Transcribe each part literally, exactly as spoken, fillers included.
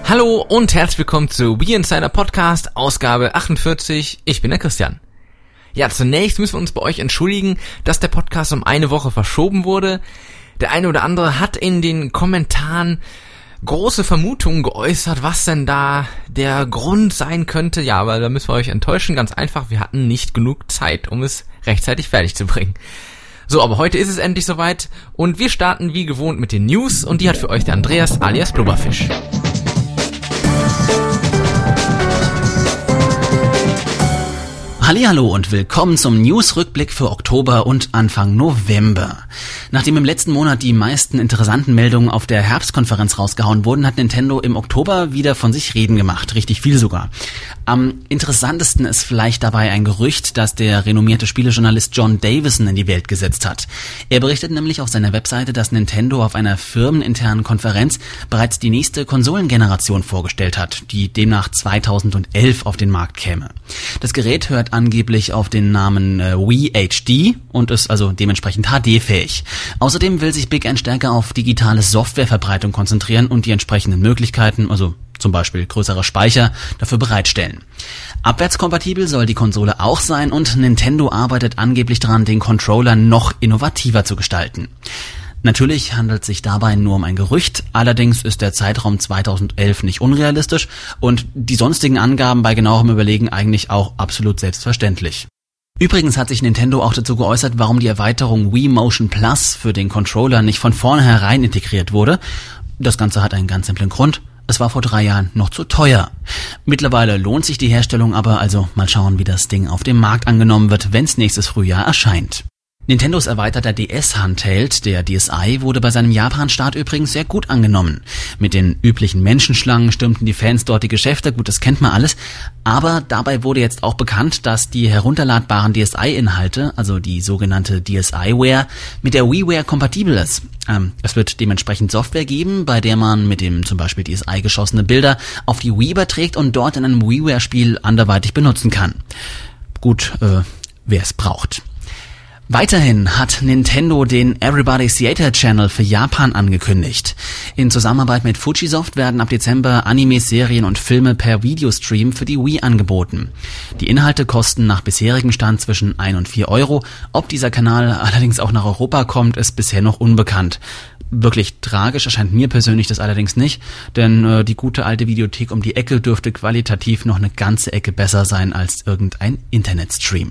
Hallo und herzlich willkommen zu Wii Insider Podcast, Ausgabe achtundvierzig. Ich bin der Christian. Ja, zunächst müssen wir uns bei euch entschuldigen, dass der Podcast um eine Woche verschoben wurde. Der eine oder andere hat in den Kommentaren große Vermutungen geäußert, was denn da der Grund sein könnte. Ja, aber da müssen wir euch enttäuschen. Ganz einfach, wir hatten nicht genug Zeit, um es rechtzeitig fertig zu bringen. So, aber heute ist es endlich soweit und wir starten wie gewohnt mit den News und die hat für euch der Andreas alias Blubberfisch. Hallihallo und willkommen zum News-Rückblick für Oktober und Anfang November. Nachdem im letzten Monat die meisten interessanten Meldungen auf der Herbstkonferenz rausgehauen wurden, hat Nintendo im Oktober wieder von sich reden gemacht. Richtig viel sogar. Am interessantesten ist vielleicht dabei ein Gerücht, das der renommierte Spielejournalist John Davison in die Welt gesetzt hat. Er berichtet nämlich auf seiner Webseite, dass Nintendo auf einer firmeninternen Konferenz bereits die nächste Konsolengeneration vorgestellt hat, die demnach zweitausendelf auf den Markt käme. Das Gerät hört angeblich auf den Namen äh, Wii H D und ist also dementsprechend H D-fähig. Außerdem will sich Big N stärker auf digitale Softwareverbreitung konzentrieren und die entsprechenden Möglichkeiten, also zum Beispiel größerer Speicher, dafür bereitstellen. Abwärtskompatibel soll die Konsole auch sein und Nintendo arbeitet angeblich daran, den Controller noch innovativer zu gestalten. Natürlich handelt es sich dabei nur um ein Gerücht, allerdings ist der Zeitraum zweitausendelf nicht unrealistisch und die sonstigen Angaben bei genauerem Überlegen eigentlich auch absolut selbstverständlich. Übrigens hat sich Nintendo auch dazu geäußert, warum die Erweiterung Wii Motion Plus für den Controller nicht von vornherein integriert wurde. Das Ganze hat einen ganz simplen Grund. Es war vor drei Jahren noch zu teuer. Mittlerweile lohnt sich die Herstellung aber, also mal schauen, wie das Ding auf dem Markt angenommen wird, wenn es nächstes Frühjahr erscheint. Nintendos erweiterter D S-Handheld, der D S i, wurde bei seinem Japan-Start übrigens sehr gut angenommen. Mit den üblichen Menschenschlangen stürmten die Fans dort die Geschäfte, gut, das kennt man alles. Aber dabei wurde jetzt auch bekannt, dass die herunterladbaren D S i-Inhalte, also die sogenannte D S i-Ware, mit der WiiWare kompatibel ist. Ähm, es wird dementsprechend Software geben, bei der man mit dem zum Beispiel D S i geschossene Bilder auf die Wii überträgt und dort in einem WiiWare-Spiel anderweitig benutzen kann. Gut, äh, wer es braucht. Weiterhin hat Nintendo den Everybody Theater Channel für Japan angekündigt. In Zusammenarbeit mit Fujisoft werden ab Dezember Animes, Serien und Filme per Videostream für die Wii angeboten. Die Inhalte kosten nach bisherigem Stand zwischen ein und vier Euro. Ob dieser Kanal allerdings auch nach Europa kommt, ist bisher noch unbekannt. Wirklich tragisch erscheint mir persönlich das allerdings nicht, denn äh, die gute alte Videothek um die Ecke dürfte qualitativ noch eine ganze Ecke besser sein als irgendein Internetstream.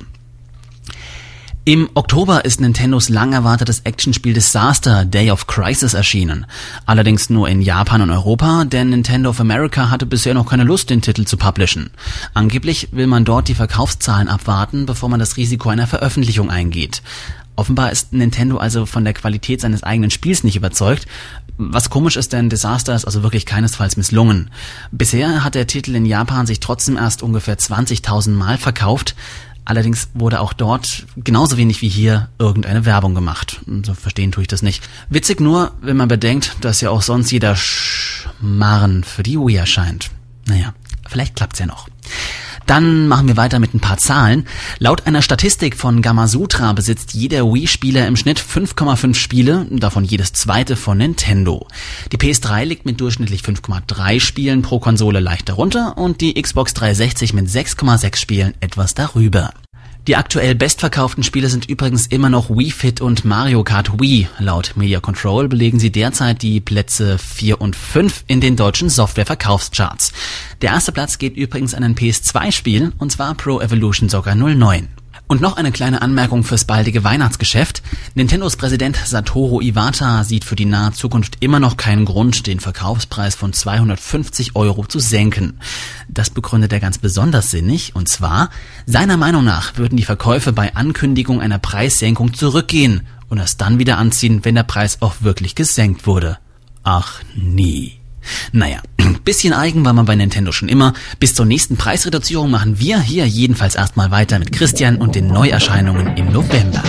Im Oktober ist Nintendos lang erwartetes Actionspiel Disaster Day of Crisis erschienen. Allerdings nur in Japan und Europa, denn Nintendo of America hatte bisher noch keine Lust, den Titel zu publishen. Angeblich will man dort die Verkaufszahlen abwarten, bevor man das Risiko einer Veröffentlichung eingeht. Offenbar ist Nintendo also von der Qualität seines eigenen Spiels nicht überzeugt. Was komisch ist, denn Disaster ist also wirklich keinesfalls misslungen. Bisher hat der Titel in Japan sich trotzdem erst ungefähr zwanzigtausend Mal verkauft. Allerdings wurde auch dort genauso wenig wie hier irgendeine Werbung gemacht. So verstehen tue ich das nicht. Witzig nur, wenn man bedenkt, dass ja auch sonst jeder Schmarren für die Wii erscheint. Naja, vielleicht klappt's ja noch. Dann machen wir weiter mit ein paar Zahlen. Laut einer Statistik von Gamasutra besitzt jeder Wii-Spieler im Schnitt fünf Komma fünf Spiele, davon jedes zweite von Nintendo. Die P S drei liegt mit durchschnittlich fünf Komma drei Spielen pro Konsole leicht darunter und die Xbox dreihundertsechzig mit sechs Komma sechs Spielen etwas darüber. Die aktuell bestverkauften Spiele sind übrigens immer noch Wii Fit und Mario Kart Wii. Laut Media Control belegen sie derzeit die Plätze vier und fünf in den deutschen Software-Verkaufscharts. Der erste Platz geht übrigens an ein P S zwei Spiel, und zwar Pro Evolution Soccer null neun. Und noch eine kleine Anmerkung fürs baldige Weihnachtsgeschäft. Nintendos Präsident Satoru Iwata sieht für die nahe Zukunft immer noch keinen Grund, den Verkaufspreis von zweihundertfünfzig Euro zu senken. Das begründet er ganz besonders sinnig, und zwar, seiner Meinung nach würden die Verkäufe bei Ankündigung einer Preissenkung zurückgehen und erst dann wieder anziehen, wenn der Preis auch wirklich gesenkt wurde. Ach nie. Naja, ein bisschen eigen war man bei Nintendo schon immer. Bis zur nächsten Preisreduzierung machen wir hier jedenfalls erstmal weiter mit Christian und den Neuerscheinungen im November.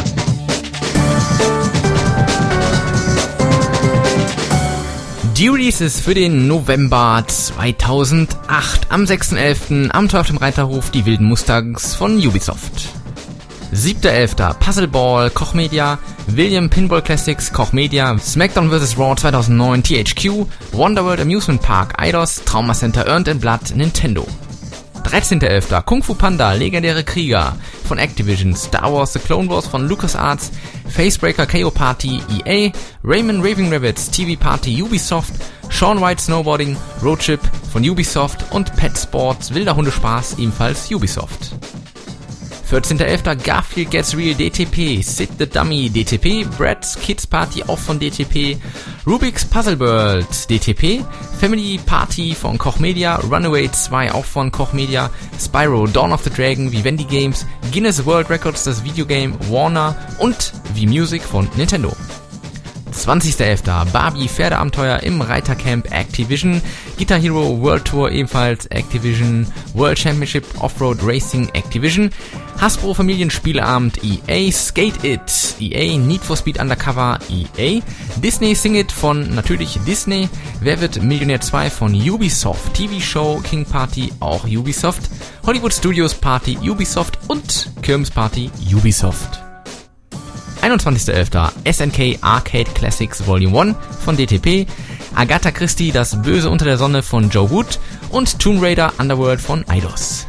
Die Releases für den November zweitausendacht. Am sechsten elften am Torf im Reiterhof die wilden Mustangs von Ubisoft. siebter elfter Puzzle Ball, Koch Media, William Pinball Classics, Koch Media, SmackDown versus. Raw zweitausendneun, T H Q, Wonderworld Amusement Park, Eidos, Trauma Center, Earned and Blood, Nintendo. dreizehnter elfter Kung Fu Panda, Legendäre Krieger von Activision, Star Wars The Clone Wars von LucasArts, Facebreaker K O Party, E A, Rayman Raving Rabbids, T V Party, Ubisoft, Shaun White Snowboarding, Roadtrip von Ubisoft und Pet Sports Wilder Hundespaß, ebenfalls Ubisoft. vierzehnter elfter Garfield Gets Real D T P, Sid the Dummy D T P, Brad's Kids Party auch von D T P, Rubik's Puzzle World D T P, Family Party von Koch Media, Runaway zwei auch von Koch Media, Spyro Dawn of the Dragon, Vivendi Games, Guinness World Records das Videogame, Warner und V-Music von Nintendo. zwanzigster elfter Barbie Pferdeabenteuer im Reitercamp Activision, Guitar Hero World Tour ebenfalls Activision, World Championship Offroad Racing Activision, Hasbro Familienspieleabend E A, Skate It E A, Need for Speed Undercover E A, Disney Sing It von natürlich Disney, Wer wird Millionär zwei von Ubisoft, T V Show King Party auch Ubisoft, Hollywood Studios Party Ubisoft und Kirmes Party Ubisoft. einundzwanzigster elfter S N K Arcade Classics Volume eins von D T P, Agatha Christie Das Böse unter der Sonne von Joe Wood und Tomb Raider Underworld von Eidos.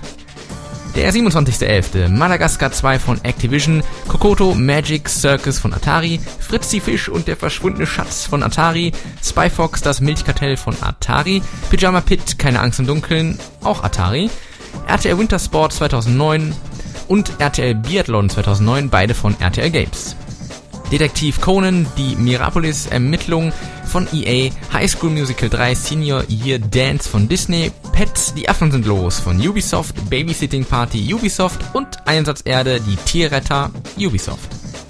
Der siebenundzwanzigster elfter Madagascar zwei von Activision, Kokoto Magic Circus von Atari, Fritzi Fisch und der verschwundene Schatz von Atari, Spy Fox Das Milchkartell von Atari, Pyjama Pit Keine Angst im Dunkeln, auch Atari, R T L Wintersport zweitausendneun und R T L Biathlon zweitausendneun, beide von R T L Games. Detektiv Conan, die Mirapolis-Ermittlung von E A, High School Musical drei, Senior Year Dance von Disney, Pets, die Affen sind los von Ubisoft, Babysitting Party Ubisoft und Einsatz Erde, die Tierretter Ubisoft.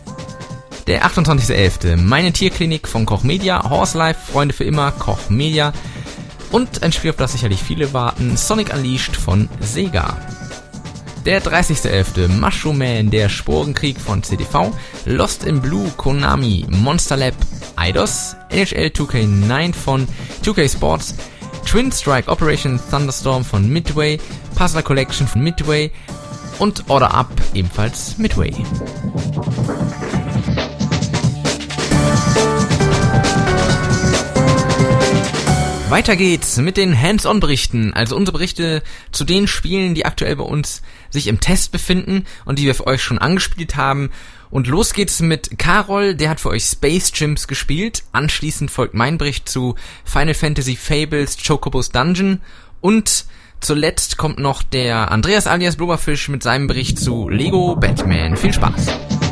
Der achtundzwanzigster elfter Meine Tierklinik von Koch Media, Horse Life, Freunde für immer, Koch Media und ein Spiel, auf das sicherlich viele warten, Sonic Unleashed von Sega. Der dreißigster elfter Mushroom Man, der Sporenkrieg von C D V, Lost in Blue, Konami, Monster Lab, Eidos, N H L zwei K neun von zwei K Sports, Twin Strike Operation Thunderstorm von Midway, Puzzler Collection von Midway und Order Up, ebenfalls Midway. Weiter geht's mit den Hands-on-Berichten, also unsere Berichte zu den Spielen, die aktuell bei uns sich im Test befinden und die wir für euch schon angespielt haben. Und los geht's mit Karol, der hat für euch Space Chimps gespielt. Anschließend folgt mein Bericht zu Final Fantasy Fables Chocobo's Dungeon. Und zuletzt kommt noch der Andreas alias Blubberfisch mit seinem Bericht zu Lego Batman. Viel Spaß!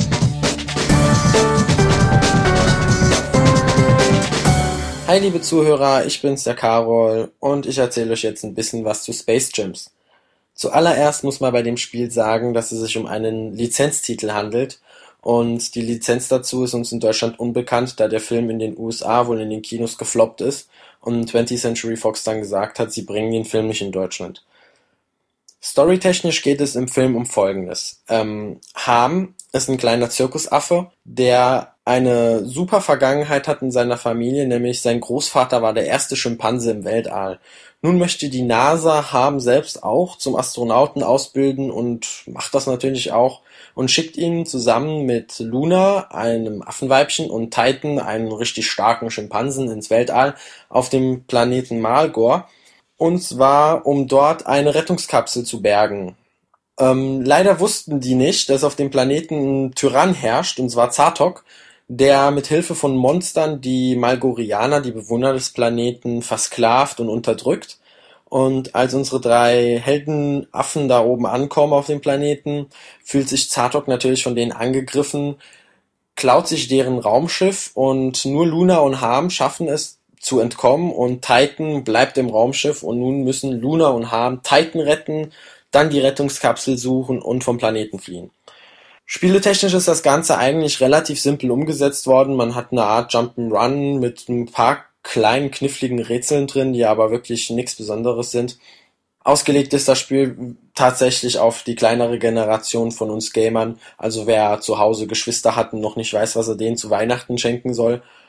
Hi liebe Zuhörer, ich bin's, der Karol, und ich erzähle euch jetzt ein bisschen was zu Space Chimps. Zuallererst muss man bei dem Spiel sagen, dass es sich um einen Lizenztitel handelt, und die Lizenz dazu ist uns in Deutschland unbekannt, da der Film in den U S A wohl in den Kinos gefloppt ist und twentieth Century Fox dann gesagt hat, sie bringen den Film nicht in Deutschland. Storytechnisch geht es im Film um Folgendes. Ähm, Ham ist ein kleiner Zirkusaffe, der eine super Vergangenheit hat in seiner Familie, nämlich sein Großvater war der erste Schimpanse im Weltall. Nun möchte die NASA Ham selbst auch zum Astronauten ausbilden und macht das natürlich auch und schickt ihn zusammen mit Luna, einem Affenweibchen, und Titan, einem richtig starken Schimpansen, ins Weltall auf dem Planeten Malgor. Und zwar, um dort eine Rettungskapsel zu bergen. Ähm, leider wussten die nicht, dass auf dem Planeten ein Tyrann herrscht, und zwar Zartok, der mit Hilfe von Monstern die Malgorianer, die Bewohner des Planeten, versklavt und unterdrückt. Und als unsere drei Heldenaffen da oben ankommen auf dem Planeten, fühlt sich Zartok natürlich von denen angegriffen, klaut sich deren Raumschiff, und nur Luna und Ham schaffen es zu entkommen, und Titan bleibt im Raumschiff, und nun müssen Luna und Ham Titan retten, dann die Rettungskapsel suchen und vom Planeten fliehen. Spieletechnisch ist das Ganze eigentlich relativ simpel umgesetzt worden. Man hat eine Art Jump'n'Run mit ein paar kleinen, kniffligen Rätseln drin, die aber wirklich nichts Besonderes sind. Ausgelegt ist das Spiel tatsächlich auf die kleinere Generation von uns Gamern. Also wer zu Hause Geschwister hat und noch nicht weiß, was er denen zu Weihnachten schenken soll.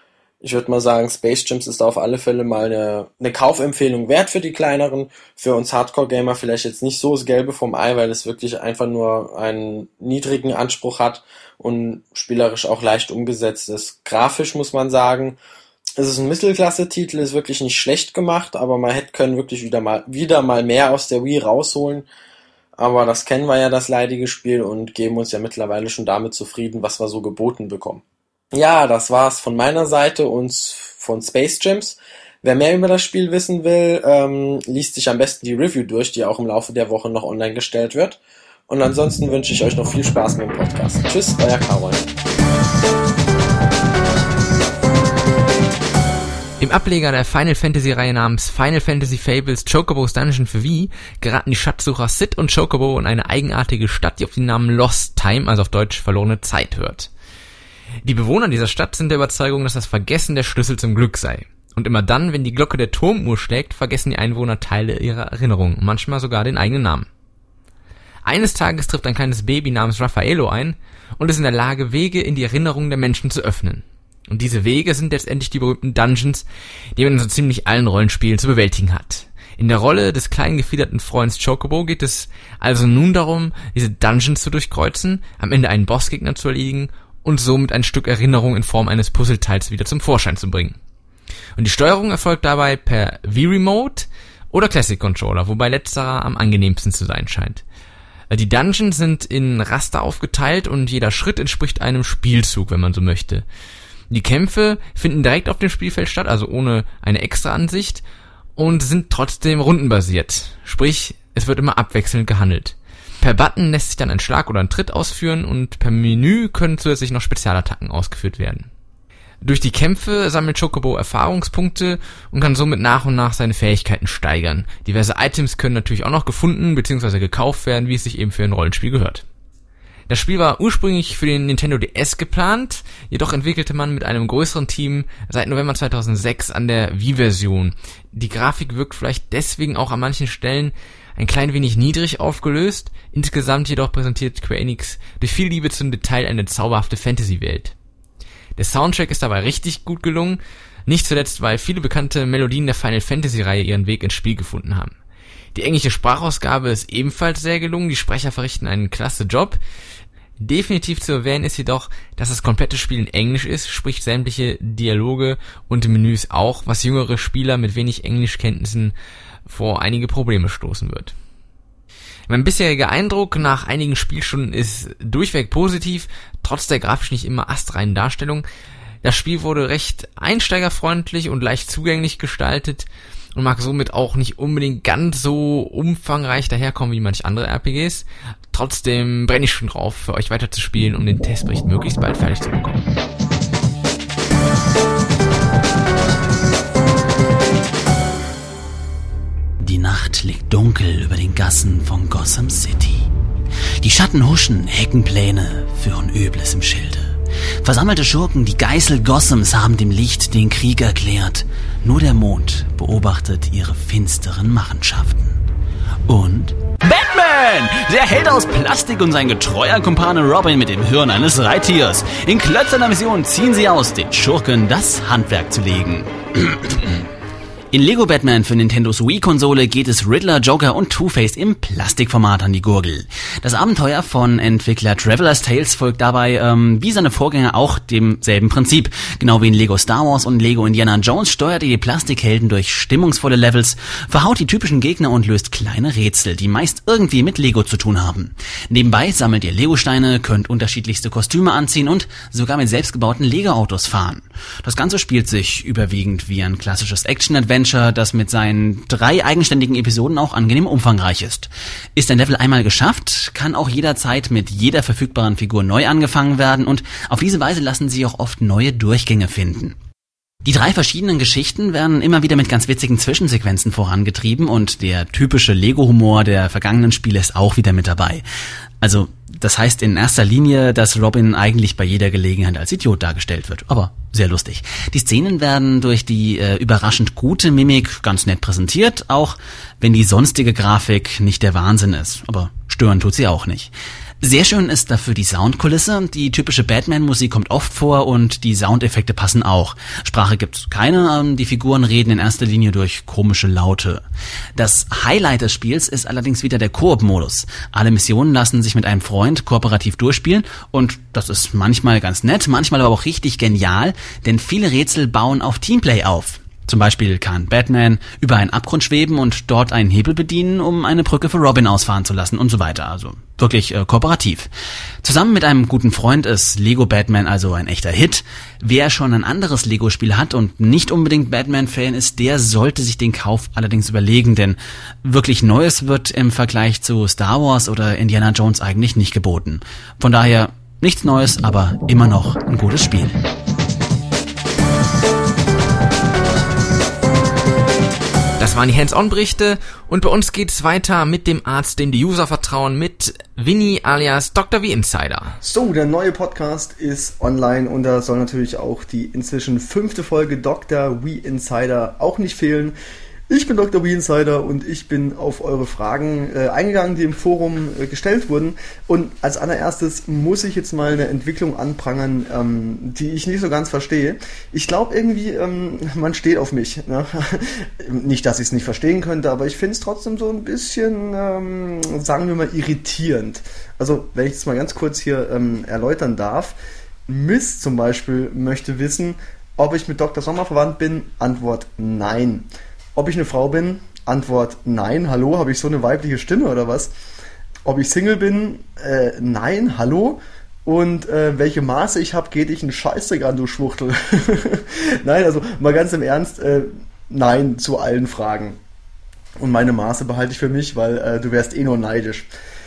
Ich würde mal sagen, Space Gems ist auf alle Fälle mal eine, eine Kaufempfehlung wert für die kleineren. Für uns Hardcore-Gamer vielleicht jetzt nicht so das Gelbe vom Ei, weil es wirklich einfach nur einen niedrigen Anspruch hat und spielerisch auch leicht umgesetzt ist. Grafisch muss man sagen, es ist ein Mittelklasse-Titel, ist wirklich nicht schlecht gemacht, aber man hätte können wirklich wieder mal, wieder mal mehr aus der Wii rausholen. Aber das kennen wir ja, das leidige Spiel, und geben uns ja mittlerweile schon damit zufrieden, was wir so geboten bekommen. Ja, das war's von meiner Seite und von Space Gems. Wer mehr über das Spiel wissen will, ähm, liest sich am besten die Review durch, die auch im Laufe der Woche noch online gestellt wird. Und ansonsten wünsche ich euch noch viel Spaß mit dem Podcast. Tschüss, euer Karol. Im Ableger der Final Fantasy Reihe namens Final Fantasy Fables Chocobo's Dungeon für Wii geraten die Schatzsucher Sid und Chocobo in eine eigenartige Stadt, die auf den Namen Lost Time, also auf Deutsch verlorene Zeit, hört. Die Bewohner dieser Stadt sind der Überzeugung, dass das Vergessen der Schlüssel zum Glück sei. Und immer dann, wenn die Glocke der Turmuhr schlägt, vergessen die Einwohner Teile ihrer Erinnerung, manchmal sogar den eigenen Namen. Eines Tages trifft ein kleines Baby namens Raffaello ein und ist in der Lage, Wege in die Erinnerung der Menschen zu öffnen. Und diese Wege sind letztendlich die berühmten Dungeons, die man in so ziemlich allen Rollenspielen zu bewältigen hat. In der Rolle des kleinen gefiederten Freunds Chocobo geht es also nun darum, diese Dungeons zu durchkreuzen, am Ende einen Bossgegner zu erledigen und somit ein Stück Erinnerung in Form eines Puzzleteils wieder zum Vorschein zu bringen. Und die Steuerung erfolgt dabei per Wii-Remote oder Classic Controller, wobei letzterer am angenehmsten zu sein scheint. Die Dungeons sind in Raster aufgeteilt und jeder Schritt entspricht einem Spielzug, wenn man so möchte. Die Kämpfe finden direkt auf dem Spielfeld statt, also ohne eine extra Ansicht, und sind trotzdem rundenbasiert. Sprich, es wird immer abwechselnd gehandelt. Per Button lässt sich dann ein Schlag oder ein Tritt ausführen und per Menü können zusätzlich noch Spezialattacken ausgeführt werden. Durch die Kämpfe sammelt Chocobo Erfahrungspunkte und kann somit nach und nach seine Fähigkeiten steigern. Diverse Items können natürlich auch noch gefunden bzw. gekauft werden, wie es sich eben für ein Rollenspiel gehört. Das Spiel war ursprünglich für den Nintendo D S geplant, jedoch entwickelte man mit einem größeren Team seit November zweitausendsechs an der Wii-Version. Die Grafik wirkt vielleicht deswegen auch an manchen Stellen ein klein wenig niedrig aufgelöst, insgesamt jedoch präsentiert Square Enix durch viel Liebe zum Detail eine zauberhafte Fantasy-Welt. Der Soundtrack ist dabei richtig gut gelungen, nicht zuletzt, weil viele bekannte Melodien der Final Fantasy-Reihe ihren Weg ins Spiel gefunden haben. Die englische Sprachausgabe ist ebenfalls sehr gelungen, die Sprecher verrichten einen klasse Job. Definitiv zu erwähnen ist jedoch, dass das komplette Spiel in Englisch ist, sprich sämtliche Dialoge und Menüs auch, was jüngere Spieler mit wenig Englischkenntnissen vor einige Probleme stoßen wird. Mein bisheriger Eindruck nach einigen Spielstunden ist durchweg positiv, trotz der grafisch nicht immer astreinen Darstellung. Das Spiel wurde recht einsteigerfreundlich und leicht zugänglich gestaltet und mag somit auch nicht unbedingt ganz so umfangreich daherkommen wie manch andere R P Gs. Trotzdem brenne ich schon drauf, für euch weiter zu spielen, um den Testbericht möglichst bald fertig zu bekommen. Die Nacht liegt dunkel über den Gassen von Gotham City. Die Schatten huschen, Heckenpläne führen Übles im Schilde. Versammelte Schurken, die Geißel Gothams, haben dem Licht den Krieg erklärt. Nur der Mond beobachtet ihre finsteren Machenschaften. Und Batman! Der Held aus Plastik und sein getreuer Kumpane Robin mit dem Hirn eines Reittiers. In klötzerner Mission ziehen sie aus, den Schurken das Handwerk zu legen. In Lego Batman für Nintendos Wii-Konsole geht es Riddler, Joker und Two-Face im Plastikformat an die Gurgel. Das Abenteuer von Entwickler Traveler's Tales folgt dabei, ähm, wie seine Vorgänger, auch demselben Prinzip. Genau wie in Lego Star Wars und Lego Indiana Jones steuert ihr die Plastikhelden durch stimmungsvolle Levels, verhaut die typischen Gegner und löst kleine Rätsel, die meist irgendwie mit Lego zu tun haben. Nebenbei sammelt ihr Lego-Steine, könnt unterschiedlichste Kostüme anziehen und sogar mit selbstgebauten Lego-Autos fahren. Das Ganze spielt sich überwiegend wie ein klassisches Action-Adventure, das mit seinen drei eigenständigen Episoden auch angenehm umfangreich ist. Ist ein Level einmal geschafft, kann auch jederzeit mit jeder verfügbaren Figur neu angefangen werden und auf diese Weise lassen sich auch oft neue Durchgänge finden. Die drei verschiedenen Geschichten werden immer wieder mit ganz witzigen Zwischensequenzen vorangetrieben und der typische Lego-Humor der vergangenen Spiele ist auch wieder mit dabei. Also, das heißt in erster Linie, dass Robin eigentlich bei jeder Gelegenheit als Idiot dargestellt wird, aber sehr lustig. Die Szenen werden durch die äh, überraschend gute Mimik ganz nett präsentiert, auch wenn die sonstige Grafik nicht der Wahnsinn ist, aber Stören tut sie auch nicht. Sehr schön ist dafür die Soundkulisse. Die typische Batman-Musik kommt oft vor und die Soundeffekte passen auch. Sprache gibt's keine, die Figuren reden in erster Linie durch komische Laute. Das Highlight des Spiels ist allerdings wieder der Koop-Modus. Alle Missionen lassen sich mit einem Freund kooperativ durchspielen und das ist manchmal ganz nett, manchmal aber auch richtig genial, denn viele Rätsel bauen auf Teamplay auf. Zum Beispiel kann Batman über einen Abgrund schweben und dort einen Hebel bedienen, um eine Brücke für Robin ausfahren zu lassen und so weiter. Also wirklich äh, kooperativ. Zusammen mit einem guten Freund ist Lego Batman also ein echter Hit. Wer schon ein anderes Lego-Spiel hat und nicht unbedingt Batman-Fan ist, der sollte sich den Kauf allerdings überlegen, denn wirklich Neues wird im Vergleich zu Star Wars oder Indiana Jones eigentlich nicht geboten. Von daher nichts Neues, aber immer noch ein gutes Spiel. Das waren die Hands-on-Berichte und bei uns geht's weiter mit dem Arzt, dem die User vertrauen, mit Winnie alias Doktor V Insider. So, der neue Podcast ist online und da soll natürlich auch die inzwischen fünfte Folge Doktor V Insider auch nicht fehlen. Ich bin Doktor V Insider und ich bin auf eure Fragen äh, eingegangen, die im Forum äh, gestellt wurden. Und als allererstes muss ich jetzt mal eine Entwicklung anprangern, ähm, die ich nicht so ganz verstehe. Ich glaube irgendwie, ähm, man steht auf mich. Ne? Nicht, dass ich es nicht verstehen könnte, aber ich finde es trotzdem so ein bisschen, ähm, sagen wir mal, irritierend. Also, wenn ich das mal ganz kurz hier ähm, erläutern darf. Miss zum Beispiel möchte wissen, ob ich mit Doktor Sommer verwandt bin. Antwort nein. Ob ich eine Frau bin? Antwort nein. Hallo, habe ich so eine weibliche Stimme oder was? Ob ich Single bin? Äh, nein. Hallo? Und äh, welche Maße ich habe, geht dich einen Scheißdreck an, du Schwuchtel. Nein, also mal ganz im Ernst, äh, nein zu allen Fragen. Und meine Maße behalte ich für mich, weil äh, du wärst eh nur neidisch.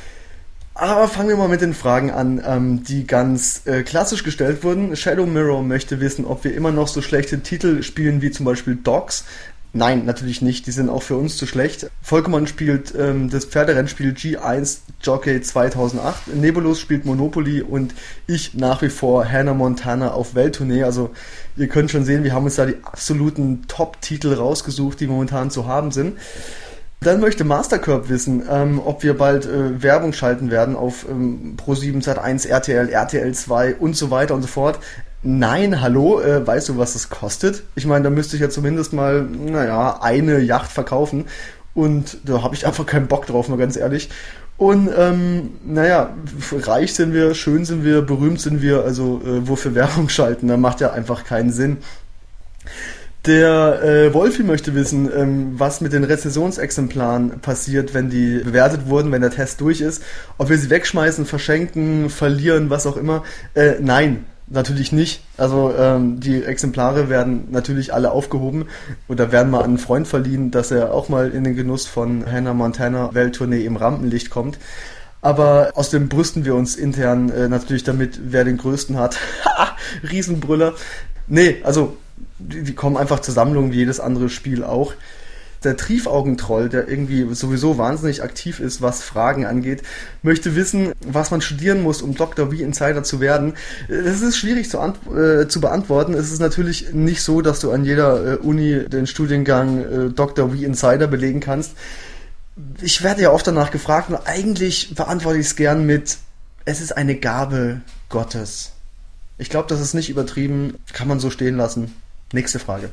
Aber fangen wir mal mit den Fragen an, ähm, die ganz äh, klassisch gestellt wurden. Shadow Mirror möchte wissen, ob wir immer noch so schlechte Titel spielen wie zum Beispiel Dogs. Nein, natürlich nicht. Die sind auch für uns zu schlecht. Volkmann spielt ähm, das Pferderennspiel G eins Jockey zweitausendacht. Nebulos spielt Monopoly und ich nach wie vor Hannah Montana auf Welttournee. Also ihr könnt schon sehen, wir haben uns da die absoluten Top-Titel rausgesucht, die momentan zu haben sind. Dann möchte Mastercurb wissen, ähm, ob wir bald äh, Werbung schalten werden auf ähm, ProSieben, Sat eins, R T L, R T L zwei und so weiter und so fort. Nein, hallo, äh, weißt du, was das kostet? Ich meine, da müsste ich ja zumindest mal, naja, eine Yacht verkaufen und da habe ich einfach keinen Bock drauf, mal ganz ehrlich. Und, ähm, naja, reich sind wir, schön sind wir, berühmt sind wir, also äh, wofür Werbung schalten, da macht ja einfach keinen Sinn. Der äh, Wolfi möchte wissen, ähm, was mit den Rezensionsexemplaren passiert, wenn die bewertet wurden, wenn der Test durch ist. Ob wir sie wegschmeißen, verschenken, verlieren, was auch immer. Äh, nein, natürlich nicht. Also ähm, die Exemplare werden natürlich alle aufgehoben oder werden mal an einen Freund verliehen, dass er auch mal in den Genuss von Hannah Montana Welttournee im Rampenlicht kommt. Aber außerdem brüsten wir uns intern äh, natürlich damit, wer den größten hat. Riesenbrüller. Nee, also die, die kommen einfach zur Sammlung wie jedes andere Spiel auch. Der Triefaugentroll, der irgendwie sowieso wahnsinnig aktiv ist, was Fragen angeht, möchte wissen, was man studieren muss, um Doktor V Insider zu werden. Das ist schwierig zu, äh, zu beantworten. Es ist natürlich nicht so, dass du an jeder äh, Uni den Studiengang äh, Doktor V Insider belegen kannst. Ich werde ja oft danach gefragt und eigentlich beantworte ich es gern mit, es ist eine Gabe Gottes. Ich glaube, das ist nicht übertrieben, kann man so stehen lassen. Nächste Frage.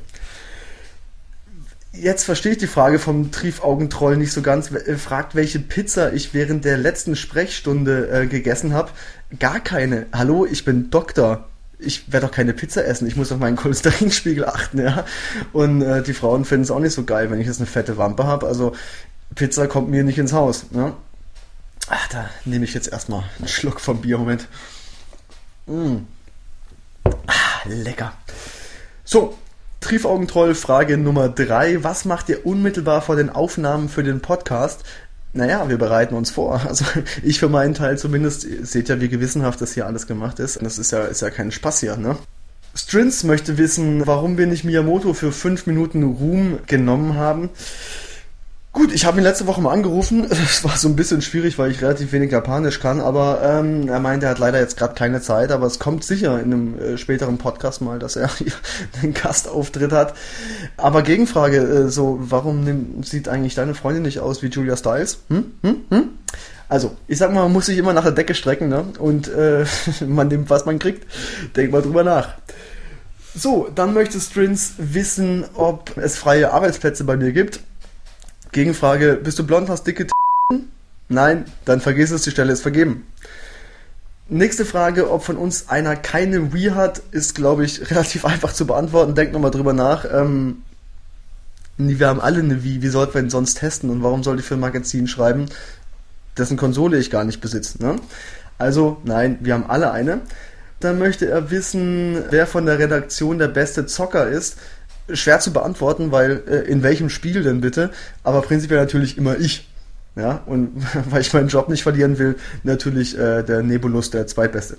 Jetzt verstehe ich die Frage vom Triefaugentroll nicht so ganz. Er fragt, welche Pizza ich während der letzten Sprechstunde äh, gegessen habe. Gar keine. Hallo, ich bin Doktor. Ich werde doch keine Pizza essen. Ich muss auf meinen Cholesterinspiegel achten, ja. Und äh, die Frauen finden es auch nicht so geil, wenn ich jetzt eine fette Wampe habe. Also Pizza kommt mir nicht ins Haus. Ne? Ach, da nehme ich jetzt erstmal einen Schluck vom Bier. Moment. Mm. Ah, lecker. So, Triefaugentroll, Frage Nummer drei. Was macht ihr unmittelbar vor den Aufnahmen für den Podcast? Naja, wir bereiten uns vor. Also ich für meinen Teil zumindest. Ihr seht ja, wie gewissenhaft das hier alles gemacht ist. Das ist ja, ist ja kein Spaß hier, ne? Strins möchte wissen, warum wir nicht Miyamoto für fünf Minuten Ruhm genommen haben. Gut, ich habe ihn letzte Woche mal angerufen. Es war so ein bisschen schwierig, weil ich relativ wenig Japanisch kann, aber ähm, er meinte, er hat leider jetzt gerade keine Zeit, aber es kommt sicher in einem äh, späteren Podcast mal, dass er hier einen Gastauftritt hat. Aber Gegenfrage, äh, so, warum nimm, sieht eigentlich deine Freundin nicht aus wie Julia Stiles? Hm? Hm? Hm? Also, ich sag mal, man muss sich immer nach der Decke strecken, ne? Und äh, man nimmt, was man kriegt. Denk mal drüber nach. So, dann möchte Strins wissen, ob es freie Arbeitsplätze bei mir gibt. Gegenfrage, bist du blond, hast dicke T***? Nein, dann vergiss es, die Stelle ist vergeben. Nächste Frage, ob von uns einer keine Wii hat, ist, glaube ich, relativ einfach zu beantworten. Denkt nochmal drüber nach. Ähm, wir haben alle eine Wii, wie sollten wir denn sonst testen? Und warum soll ich für ein Magazin schreiben, dessen Konsole ich gar nicht besitze? Ne? Also, nein, wir haben alle eine. Dann möchte er wissen, wer von der Redaktion der beste Zocker ist. Schwer zu beantworten, weil äh, in welchem Spiel denn bitte? Aber prinzipiell natürlich immer ich. Ja, und weil ich meinen Job nicht verlieren will, natürlich äh, der Nebulus der Zweitbeste.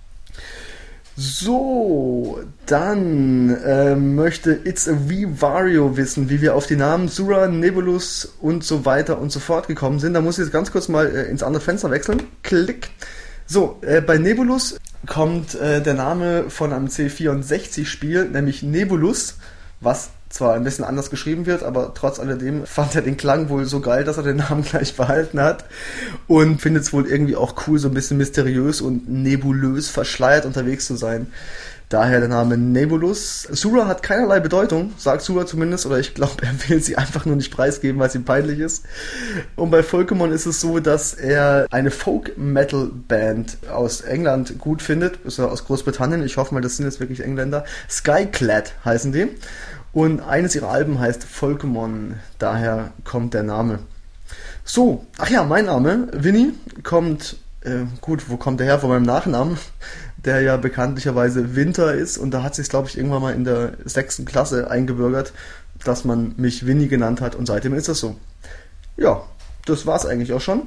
So, dann äh, möchte It's a Wii Wario wissen, wie wir auf die Namen Sura, Nebulus und so weiter und so fort gekommen sind. Da muss ich jetzt ganz kurz mal äh, ins andere Fenster wechseln. Klick. So, äh, bei Nebulus kommt äh, der Name von einem C vierundsechzig Spiel, nämlich Nebulus, was zwar ein bisschen anders geschrieben wird, aber trotz alledem fand er den Klang wohl so geil, dass er den Namen gleich behalten hat und findet es wohl irgendwie auch cool, so ein bisschen mysteriös und nebulös verschleiert unterwegs zu sein. Daher der Name Nebulus. Sura hat keinerlei Bedeutung, sagt Sura zumindest, oder ich glaube, er will sie einfach nur nicht preisgeben, weil es ihm peinlich ist. Und bei Volkemon ist es so, dass er eine Folk-Metal-Band aus England gut findet, ist er aus Großbritannien, ich hoffe mal, das sind jetzt wirklich Engländer. Skyclad heißen die. Und eines ihrer Alben heißt Volkemon, daher kommt der Name. So, ach ja, mein Name, Winnie, kommt, äh, gut, wo kommt der her? Von meinem Nachnamen, der ja bekanntlicherweise Winter ist. Und da hat sich, glaube ich, irgendwann mal in der sechsten Klasse eingebürgert, dass man mich Winnie genannt hat. Und seitdem ist das so. Ja, das war's eigentlich auch schon.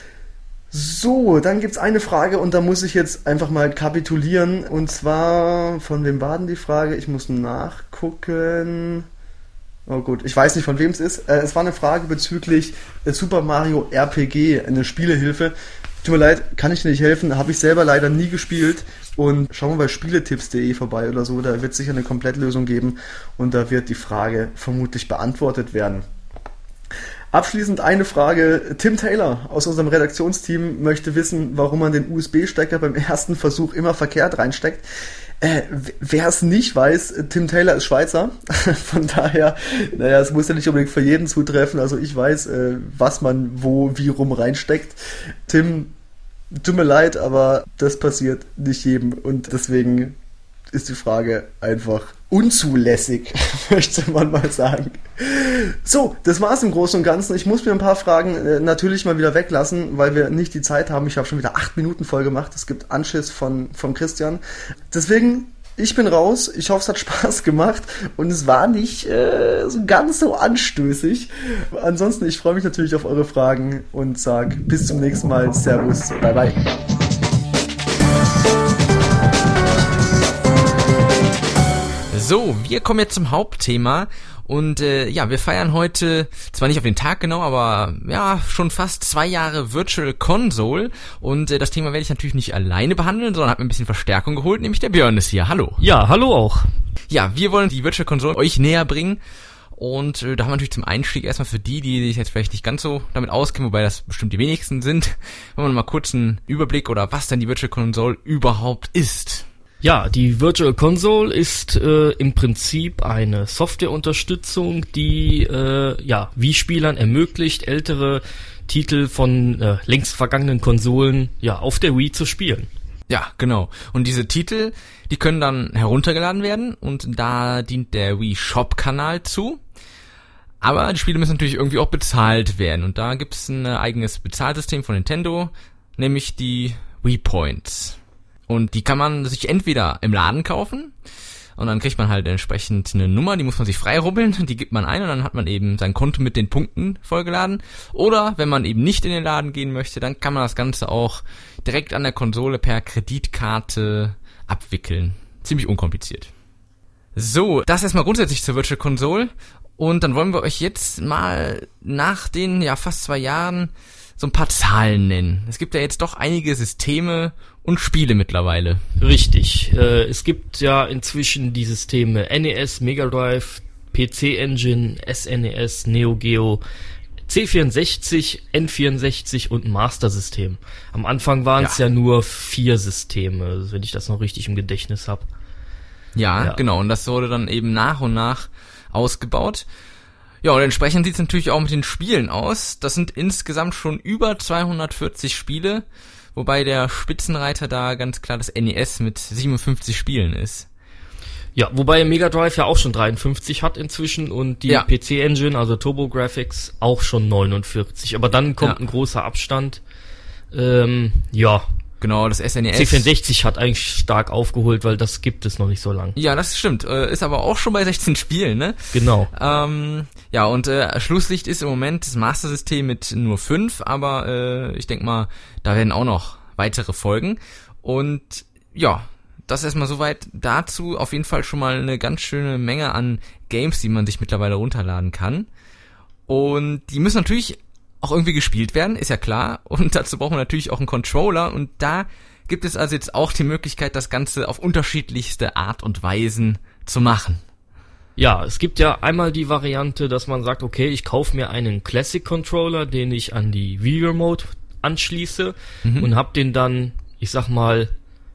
So, dann gibt's eine Frage und da muss ich jetzt einfach mal kapitulieren. Und zwar, von wem war denn die Frage? Ich muss nachgucken. Oh gut, ich weiß nicht, von wem es ist. Äh, es war eine Frage bezüglich äh, Super Mario R P G, eine Spielehilfe. Tut mir leid, kann ich dir nicht helfen, habe ich selber leider nie gespielt. Und schau mal bei spieletipps punkt de vorbei oder so, da wird sicher eine Komplettlösung geben und da wird die Frage vermutlich beantwortet werden. Abschließend eine Frage. Tim Taylor aus unserem Redaktionsteam möchte wissen, warum man den U S B-Stecker beim ersten Versuch immer verkehrt reinsteckt. Äh, wer es nicht weiß, Tim Taylor ist Schweizer. Von daher, naja, es muss ja nicht unbedingt für jeden zutreffen. Also ich weiß, äh, was man wo, wie rum reinsteckt. Tim, tut mir leid, aber das passiert nicht jedem. Und deswegen ist die Frage einfach unzulässig, möchte man mal sagen. So, das war's im Großen und Ganzen. Ich muss mir ein paar Fragen äh, natürlich mal wieder weglassen, weil wir nicht die Zeit haben. Ich habe schon wieder acht Minuten voll gemacht. Es gibt Anschiss von, von Christian. Deswegen, ich bin raus. Ich hoffe, es hat Spaß gemacht und es war nicht äh, so ganz so anstößig. Ansonsten, ich freue mich natürlich auf eure Fragen und sage bis zum nächsten Mal. Servus, bye bye. So, wir kommen jetzt zum Hauptthema und äh, ja, wir feiern heute, zwar nicht auf den Tag genau, aber ja, schon fast zwei Jahre Virtual Console und äh, das Thema werde ich natürlich nicht alleine behandeln, sondern habe mir ein bisschen Verstärkung geholt, nämlich der Björn ist hier. Hallo. Ja, hallo auch. Ja, wir wollen die Virtual Console euch näher bringen und äh, da haben wir natürlich zum Einstieg erstmal für die, die sich jetzt vielleicht nicht ganz so damit auskennen, wobei das bestimmt die wenigsten sind, wollen wir mal kurz einen Überblick oder was denn die Virtual Console überhaupt ist. Ja, die Virtual Console ist äh, im Prinzip eine Softwareunterstützung, die äh, ja Wii-Spielern ermöglicht, ältere Titel von äh, längst vergangenen Konsolen ja auf der Wii zu spielen. Ja, genau. Und diese Titel, die können dann heruntergeladen werden und da dient der Wii Shop-Kanal zu. Aber die Spiele müssen natürlich irgendwie auch bezahlt werden und da gibt's ein eigenes Bezahlsystem von Nintendo, nämlich die Wii Points. Und die kann man sich entweder im Laden kaufen und dann kriegt man halt entsprechend eine Nummer, die muss man sich freirubbeln, die gibt man ein und dann hat man eben sein Konto mit den Punkten vollgeladen. Oder wenn man eben nicht in den Laden gehen möchte, dann kann man das Ganze auch direkt an der Konsole per Kreditkarte abwickeln. Ziemlich unkompliziert. So, das erstmal grundsätzlich zur Virtual Console. Und dann wollen wir euch jetzt mal nach den ja fast zwei Jahren so ein paar Zahlen nennen. Es gibt ja jetzt doch einige Systeme und Spiele mittlerweile. Richtig. Äh, es gibt ja inzwischen die Systeme N E S, Mega Drive, P C Engine, S N E S, Neo Geo, C vierundsechzig, N vierundsechzig und Master System. Am Anfang waren es ja. ja nur vier Systeme, wenn ich das noch richtig im Gedächtnis habe. Ja, ja, genau. Und das wurde dann eben nach und nach ausgebaut. Ja, und entsprechend sieht es natürlich auch mit den Spielen aus. Das sind insgesamt schon über zweihundertvierzig Spiele, wobei der Spitzenreiter da ganz klar das N E S mit siebenundfünfzig Spielen ist. Ja, wobei Mega Drive ja auch schon dreiundfünfzig hat inzwischen und die ja. P C Engine, also TurboGrafx, auch schon neunundvierzig. Aber dann kommt ja. ein großer Abstand. Ähm, ja. Genau, das S N E S. C vierundsechzig hat eigentlich stark aufgeholt, weil das gibt es noch nicht so lang. Ja, das stimmt. Äh, ist aber auch schon bei sechzehn Spielen, ne? Genau. Ähm, ja, und äh, Schlusslicht ist im Moment das Master System mit nur fünf, aber äh, ich denke mal, da werden auch noch weitere folgen. Und ja, das erstmal soweit dazu. Auf jeden Fall schon mal eine ganz schöne Menge an Games, die man sich mittlerweile runterladen kann. Und die müssen natürlich auch irgendwie gespielt werden, ist ja klar. Und dazu braucht man natürlich auch einen Controller. Und da gibt es also jetzt auch die Möglichkeit, das Ganze auf unterschiedlichste Art und Weisen zu machen. Ja, es gibt ja einmal die Variante, dass man sagt, okay, ich kaufe mir einen Classic Controller, den ich an die Wii Remote anschließe mhm. und hab den dann, ich sag mal,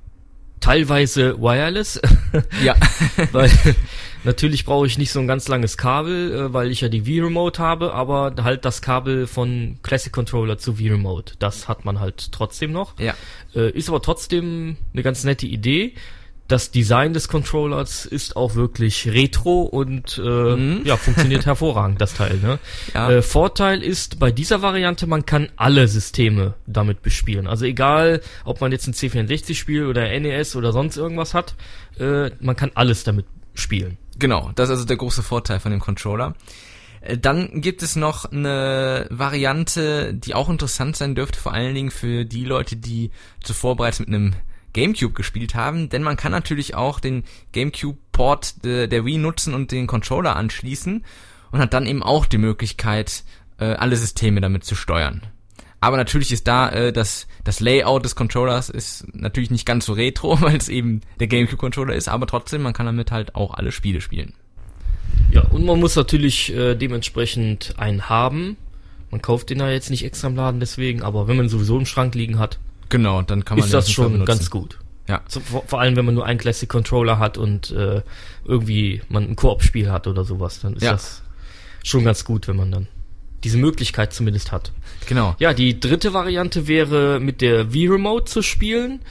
teilweise wireless. Ja. Weil natürlich brauche ich nicht so ein ganz langes Kabel, äh, weil ich ja die Wii Remote habe, aber halt das Kabel von Classic Controller zu Wii Remote, das hat man halt trotzdem noch. Ja. Äh, ist aber trotzdem eine ganz nette Idee. Das Design des Controllers ist auch wirklich retro und äh, mhm. ja, funktioniert hervorragend, das Teil. Ne? Ja. Äh, Vorteil ist bei dieser Variante, man kann alle Systeme damit bespielen. Also egal, ob man jetzt ein C vierundsechzig spielt oder N E S oder sonst irgendwas hat, äh, man kann alles damit spielen. Genau, das ist also der große Vorteil von dem Controller. Äh, dann gibt es noch eine Variante, die auch interessant sein dürfte, vor allen Dingen für die Leute, die zuvor bereits mit einem GameCube gespielt haben, denn man kann natürlich auch den GameCube-Port de, der Wii nutzen und den Controller anschließen und hat dann eben auch die Möglichkeit, äh, alle Systeme damit zu steuern. Aber natürlich ist da äh, das das Layout des Controllers ist natürlich nicht ganz so retro, weil es eben der GameCube-Controller ist, aber trotzdem, man kann damit halt auch alle Spiele spielen. Ja, und man muss natürlich äh, dementsprechend einen haben. Man kauft den ja jetzt nicht extra im Laden deswegen, aber wenn man sowieso im Schrank liegen hat, genau, dann kann man ist das schon ganz gut. Ja. So, vor, vor allem, wenn man nur einen Classic Controller hat und äh, irgendwie man ein Koop-Spiel hat oder sowas, dann ist ja. das schon ganz gut, wenn man dann diese Möglichkeit zumindest hat. Genau. Ja, die dritte Variante wäre mit der Wii Remote zu spielen.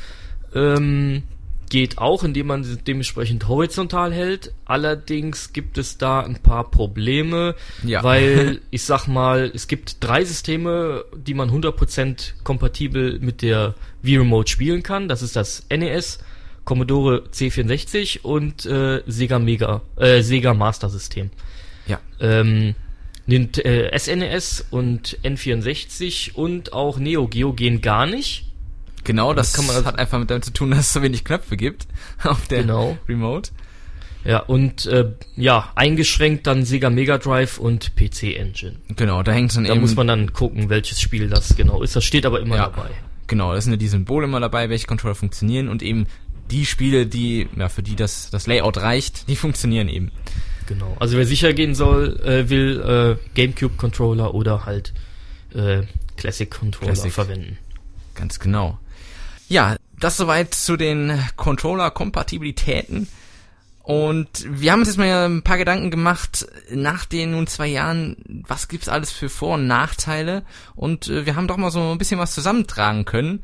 Ähm, geht auch, indem man sie dementsprechend horizontal hält. Allerdings gibt es da ein paar Probleme, ja. weil ich sag mal, es gibt drei Systeme, die man hundert Prozent kompatibel mit der Wii Remote spielen kann. Das ist das N E S, Commodore C vierundsechzig und äh, Sega Mega, äh, Sega Master System. Ja. Ähm, Nint, äh, S N E S und N vierundsechzig und auch Neo Geo gehen gar nicht. Genau, das, das kann man also hat einfach mit damit zu tun, dass es so wenig Knöpfe gibt auf der genau. Remote. Ja, und äh, ja, eingeschränkt dann Sega Mega Drive und P C Engine. Genau, da hängt dann da eben... Da muss man dann gucken, welches Spiel das genau ist. Das steht aber immer ja, dabei. Genau, da sind ja die Symbole immer dabei, welche Controller funktionieren und eben die Spiele, die ja für die das das Layout reicht, die funktionieren eben. Genau, also wer sicher gehen soll, äh, will äh, GameCube-Controller oder halt äh, Classic-Controller Classic. verwenden. Ganz genau. Ja, das soweit zu den Controller-Kompatibilitäten. Und wir haben uns jetzt mal ein paar Gedanken gemacht, nach den nun zwei Jahren, was gibt's alles für Vor- und Nachteile? Und äh, wir haben doch mal so ein bisschen was zusammentragen können.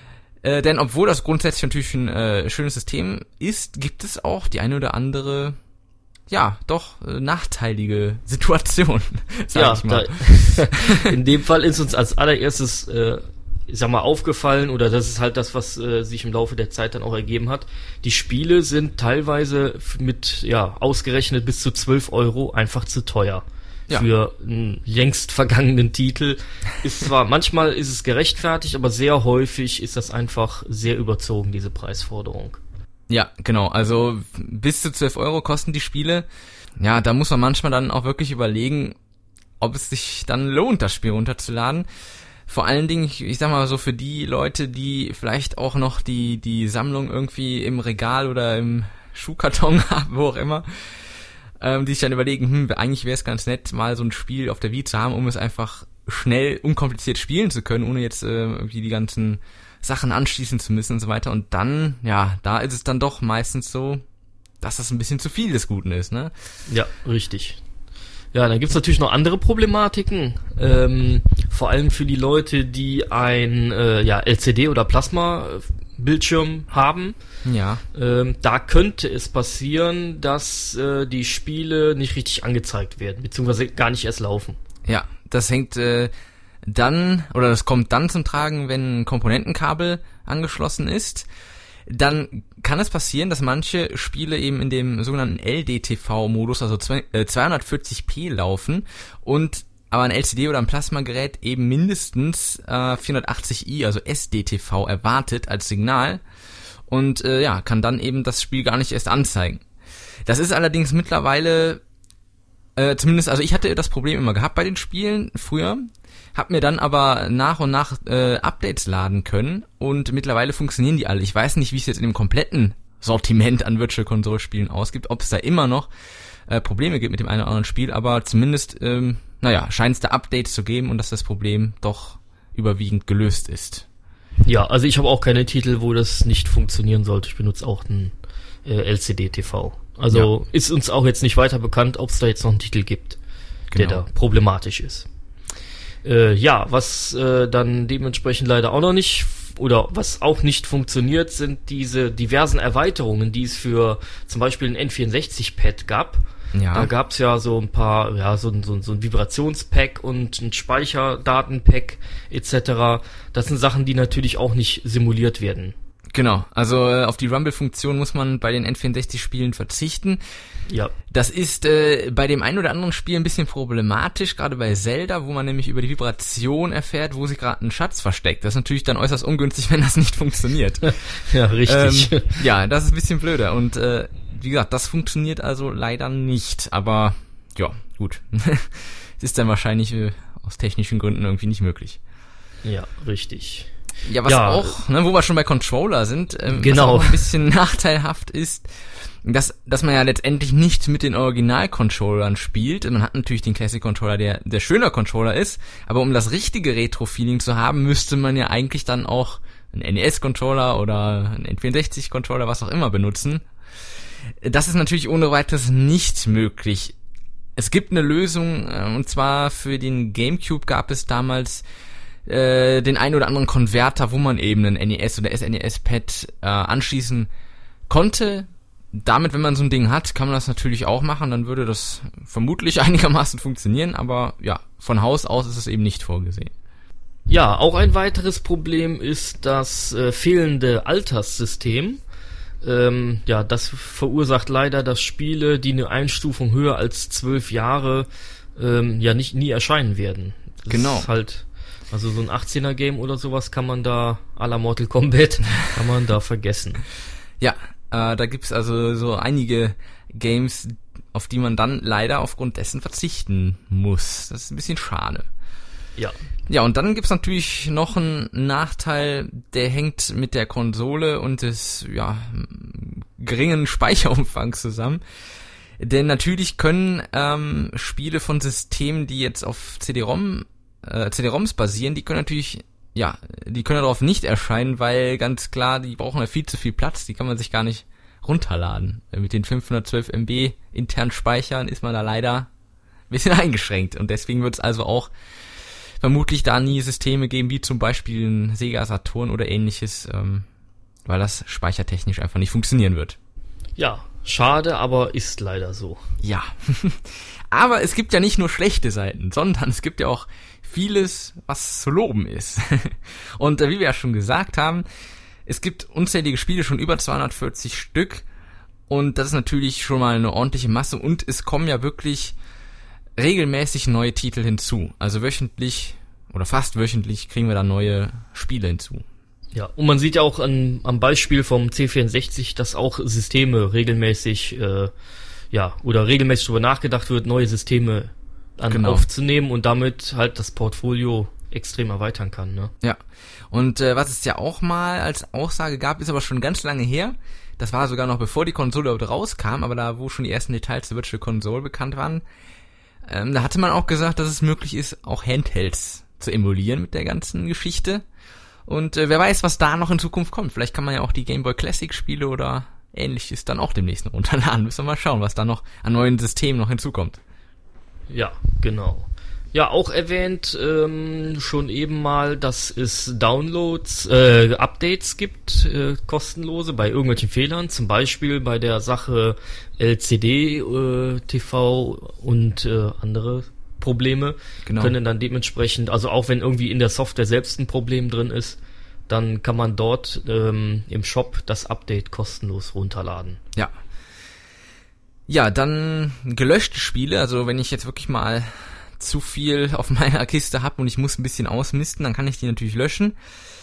Äh, denn obwohl das grundsätzlich natürlich ein äh, schönes System ist, gibt es auch die eine oder andere, ja, doch äh, nachteilige Situation, sag ja, ich mal. Da, in dem Fall ist uns als allererstes äh, ich sag mal, aufgefallen, oder das ist halt das, was äh, sich im Laufe der Zeit dann auch ergeben hat. Die Spiele sind teilweise mit, ja, ausgerechnet bis zu zwölf Euro einfach zu teuer. Ja. Für einen längst vergangenen Titel. Ist zwar, manchmal ist es gerechtfertigt, aber sehr häufig ist das einfach sehr überzogen, diese Preisforderung. Ja, genau. Also bis zu zwölf Euro kosten die Spiele. ja, da muss man manchmal dann auch wirklich überlegen, ob es sich dann lohnt, das Spiel runterzuladen. Vor allen Dingen, ich, ich sag mal so, für die Leute, die vielleicht auch noch die die Sammlung irgendwie im Regal oder im Schuhkarton haben, wo auch immer, ähm, die sich dann überlegen, hm, eigentlich wäre es ganz nett, mal so ein Spiel auf der Wii zu haben, um es einfach schnell, unkompliziert spielen zu können, ohne jetzt äh, irgendwie die ganzen Sachen anschließen zu müssen und so weiter. Und dann, ja, da ist es dann doch meistens so, dass das ein bisschen zu viel des Guten ist, ne? Ja, richtig. Ja, dann gibt's natürlich noch andere Problematiken, ähm, vor allem für die Leute, die ein äh, ja, L C D- oder Plasma-Bildschirm haben. Ja. Ähm, da könnte es passieren, dass äh, die Spiele nicht richtig angezeigt werden, beziehungsweise gar nicht erst laufen. Ja, das hängt äh, dann, oder das kommt dann zum Tragen, wenn ein Komponentenkabel angeschlossen ist. Dann kann es passieren, dass manche Spiele eben in dem sogenannten L D T V-Modus, also zweihundertvierzig p laufen und aber ein L C D oder ein Plasmagerät eben mindestens äh, vierhundertachtzig i, also S D T V, erwartet als Signal und äh, ja, kann dann eben das Spiel gar nicht erst anzeigen. Das ist allerdings mittlerweile, äh, zumindest, also ich hatte das Problem immer gehabt bei den Spielen früher, hab mir dann aber nach und nach äh, Updates laden können und mittlerweile funktionieren die alle. Ich weiß nicht, wie es jetzt in dem kompletten Sortiment an Virtual Console Spielen ausgibt, ob es da immer noch äh, Probleme gibt mit dem einen oder anderen Spiel, aber zumindest, ähm, naja, scheint es da Updates zu geben und dass das Problem doch überwiegend gelöst ist. Ja, also ich habe auch keine Titel, wo das nicht funktionieren sollte. Ich benutze auch einen äh, L C D T V. Also ja. Ist uns auch jetzt nicht weiter bekannt, ob es da jetzt noch einen Titel gibt, genau, der da problematisch ist. Äh, ja, was äh, dann dementsprechend leider auch noch nicht oder was auch nicht funktioniert, sind diese diversen Erweiterungen, die es für zum Beispiel ein N vierundsechzig Pad gab. Ja. Da gab's ja so ein paar, ja, so, so, so ein Vibrationspack und ein Speicherdatenpack et cetera. Das sind Sachen, die natürlich auch nicht simuliert werden. Genau, also äh, auf die Rumble-Funktion muss man bei den N vierundsechzig-Spielen verzichten. Ja. Das ist äh, bei dem einen oder anderen Spiel ein bisschen problematisch, gerade bei Zelda, wo man nämlich über die Vibration erfährt, wo sich gerade ein Schatz versteckt. Das ist natürlich dann äußerst ungünstig, wenn das nicht funktioniert. Ja, richtig. Ähm, ja, das ist ein bisschen blöder und äh, wie gesagt, das funktioniert also leider nicht, aber ja, gut. Es ist dann wahrscheinlich äh, aus technischen Gründen irgendwie nicht möglich. Ja, richtig. Ja, was ja, auch, ne, wo wir schon bei Controller sind, ähm, genau, was auch ein bisschen nachteilhaft ist, dass dass man ja letztendlich nicht mit den Original-Controllern spielt. Man hat natürlich den Classic-Controller, der der schöner Controller ist, aber um das richtige Retro-Feeling zu haben, müsste man ja eigentlich dann auch einen N E S-Controller oder einen N vierundsechzig-Controller, was auch immer, benutzen. Das ist natürlich ohne weiteres nicht möglich. Es gibt eine Lösung, und zwar für den GameCube gab es damals äh, den einen oder anderen Konverter, wo man eben einen N E S oder S N E S-Pad äh, anschließen konnte. Damit, wenn man so ein Ding hat, kann man das natürlich auch machen, dann würde das vermutlich einigermaßen funktionieren, aber ja, von Haus aus ist es eben nicht vorgesehen. Ja, auch ein weiteres Problem ist das äh, fehlende Alterssystem. Ähm, ja, das verursacht leider, dass Spiele, die eine Einstufung höher als zwölf Jahre ähm, ja nicht nie erscheinen werden. Das genau. Ist halt, also so ein achtzehner Game oder sowas kann man da, à la Mortal Kombat, kann man da vergessen. Ja, äh, da gibt's also so einige Games, auf die man dann leider aufgrund dessen verzichten muss. Das ist ein bisschen schade. Ja. Ja, und dann gibt's natürlich noch einen Nachteil, der hängt mit der Konsole und des ja geringen Speicherumfangs zusammen. Denn natürlich können ähm, Spiele von Systemen, die jetzt auf C D-ROM, äh, C D-ROMs basieren, die können natürlich, ja, die können darauf nicht erscheinen, weil ganz klar, die brauchen ja viel zu viel Platz, die kann man sich gar nicht runterladen. Mit den fünfhundertzwölf Megabyte internen Speichern ist man da leider ein bisschen eingeschränkt und deswegen wird es also auch vermutlich da nie Systeme geben, wie zum Beispiel ein Sega Saturn oder ähnliches, ähm, weil das speichertechnisch einfach nicht funktionieren wird. Ja, schade, aber ist leider so. Ja, aber es gibt ja nicht nur schlechte Seiten, sondern es gibt ja auch vieles, was zu loben ist. Und äh, wie wir ja schon gesagt haben, es gibt unzählige Spiele, schon über zweihundertvierzig Stück und das ist natürlich schon mal eine ordentliche Masse und es kommen ja wirklich regelmäßig neue Titel hinzu. Also wöchentlich oder fast wöchentlich kriegen wir da neue Spiele hinzu. Ja, und man sieht ja auch an, am Beispiel vom C vierundsechzig, dass auch Systeme regelmäßig äh, ja, oder regelmäßig darüber nachgedacht wird, neue Systeme an Genau. aufzunehmen und damit halt das Portfolio extrem erweitern kann, ne? Ja. Und äh, was es ja auch mal als Aussage gab, ist aber schon ganz lange her. Das war sogar noch bevor die Konsole überhaupt rauskam, aber da, wo schon die ersten Details zur Virtual Console bekannt waren, ähm, da hatte man auch gesagt, dass es möglich ist, auch Handhelds zu emulieren mit der ganzen Geschichte. Und äh, wer weiß, was da noch in Zukunft kommt. Vielleicht kann man ja auch die Game Boy Classic Spiele oder Ähnliches dann auch demnächst noch runterladen. Müssen wir mal schauen, was da noch an neuen Systemen noch hinzukommt. Ja, genau. Ja, auch erwähnt ähm, schon eben mal, dass es Downloads, äh, Updates gibt, äh, kostenlose bei irgendwelchen Fehlern, zum Beispiel bei der Sache L C D, äh, T V und äh, andere Probleme, Genau. können dann dementsprechend, also auch wenn irgendwie in der Software selbst ein Problem drin ist, dann kann man dort ähm, im Shop das Update kostenlos runterladen. Ja. Ja, dann gelöschte Spiele, also wenn ich jetzt wirklich mal zu viel auf meiner Kiste habe und ich muss ein bisschen ausmisten, dann kann ich die natürlich löschen.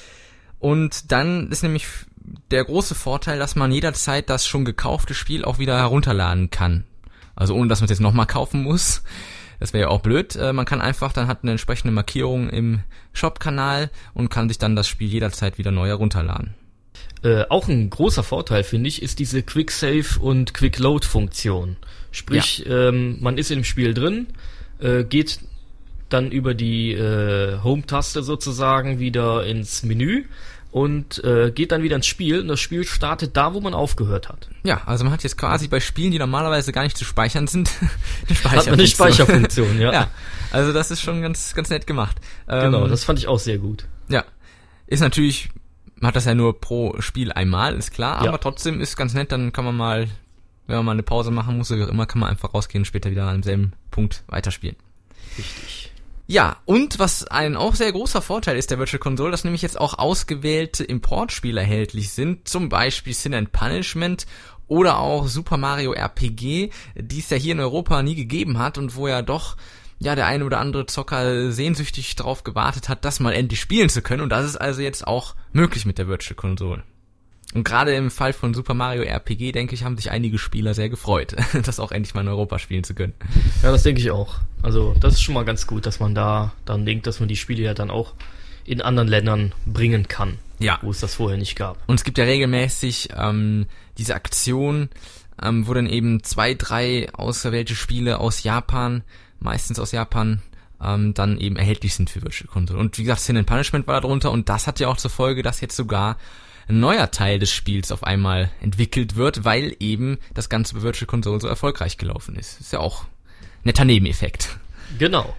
Und dann ist nämlich der große Vorteil, dass man jederzeit das schon gekaufte Spiel auch wieder herunterladen kann. Also ohne, dass man es jetzt nochmal kaufen muss. Das wäre ja auch blöd. Äh, man kann einfach, dann hat eine entsprechende Markierung im Shop-Kanal und kann sich dann das Spiel jederzeit wieder neu herunterladen. Äh, auch ein großer Vorteil, finde ich, ist diese Quick-Save- und Quick-Load-Funktion. Sprich, ja. ähm, man ist im Spiel drin, äh, geht dann über die äh, Home-Taste sozusagen wieder ins Menü und äh, geht dann wieder ins Spiel und das Spiel startet da, wo man aufgehört hat. Ja, also man hat jetzt quasi bei Spielen, die normalerweise gar nicht zu speichern sind, eine Speicherfunktion. Hat man eine Speicherfunktion, ja. Ja, also das ist schon ganz ganz nett gemacht. Genau, ähm, das fand ich auch sehr gut. Ja, ist natürlich, man hat das ja nur pro Spiel einmal, ist klar, Ja. aber trotzdem ist ganz nett, dann kann man mal, wenn man mal eine Pause machen muss oder wie auch immer, kann man einfach rausgehen und später wieder an demselben Punkt weiterspielen. Richtig. Ja, und was ein auch sehr großer Vorteil ist der Virtual Console, dass nämlich jetzt auch ausgewählte Importspiele erhältlich sind, zum Beispiel Sin and Punishment oder auch Super Mario R P G, die es ja hier in Europa nie gegeben hat und wo ja doch ja der eine oder andere Zocker sehnsüchtig drauf gewartet hat, das mal endlich spielen zu können, und das ist also jetzt auch möglich mit der Virtual Console. Und gerade im Fall von Super Mario R P G, denke ich, haben sich einige Spieler sehr gefreut, das auch endlich mal in Europa spielen zu können. Ja, das denke ich auch. Also das ist schon mal ganz gut, dass man da dann denkt, dass man die Spiele ja dann auch in anderen Ländern bringen kann, Ja. wo es das vorher nicht gab. Und es gibt ja regelmäßig ähm, diese Aktion, ähm, wo dann eben zwei, drei auserwählte Spiele aus Japan, meistens aus Japan, ähm, dann eben erhältlich sind für Virtual Console. Und wie gesagt, Sin and Punishment war da drunter, und das hat ja auch zur Folge, dass jetzt sogar ein neuer Teil des Spiels auf einmal entwickelt wird, weil eben das Ganze bei Virtual Console so erfolgreich gelaufen ist. Ist ja auch ein netter Nebeneffekt. Genau.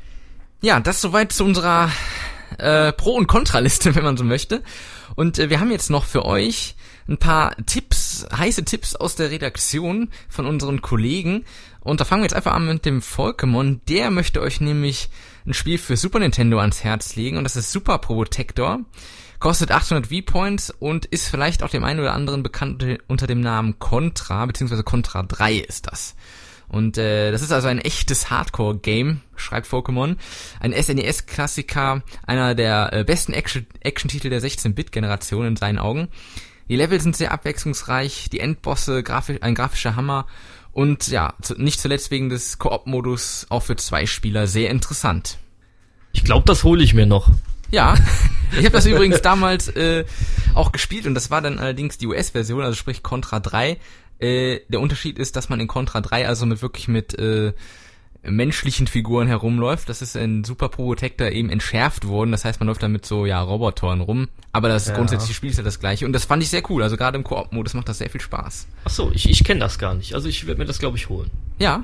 Ja, das soweit zu unserer äh, Pro- und Kontraliste, wenn man so möchte. Und äh, wir haben jetzt noch für euch ein paar Tipps, heiße Tipps aus der Redaktion von unseren Kollegen. Und da fangen wir jetzt einfach an mit dem Volkemon. Der möchte euch nämlich ein Spiel für Super Nintendo ans Herz legen, und das ist Super Protector. Kostet achthundert V-Points und ist vielleicht auch dem einen oder anderen bekannt unter dem Namen Contra, beziehungsweise Contra drei ist das. Und äh, das ist also ein echtes Hardcore-Game, schreibt Pokémon. Ein S N E S-Klassiker, einer der äh, besten Action- Action-Titel der sechzehn-Bit-Generation in seinen Augen. Die Level sind sehr abwechslungsreich, die Endbosse, grafisch, ein grafischer Hammer und ja, zu, nicht zuletzt wegen des Koop-Modus auch für zwei Spieler sehr interessant. Ich glaube, das hole ich mir noch. Ja, ich habe das übrigens damals äh, auch gespielt, und das war dann allerdings die U S-Version, also sprich Contra drei. Äh, der Unterschied ist, dass man in Contra drei also mit wirklich mit äh, menschlichen Figuren herumläuft. Das ist in Super Protector eben entschärft worden, das heißt, man läuft dann mit so ja Robotern rum, aber das Ja. grundsätzliche Spiel ist ja das gleiche, und das fand ich sehr cool, also gerade im Koop-Modus macht das sehr viel Spaß. Ach so, ich, ich kenne das gar nicht. Also ich werde mir das, glaube ich, holen. Ja,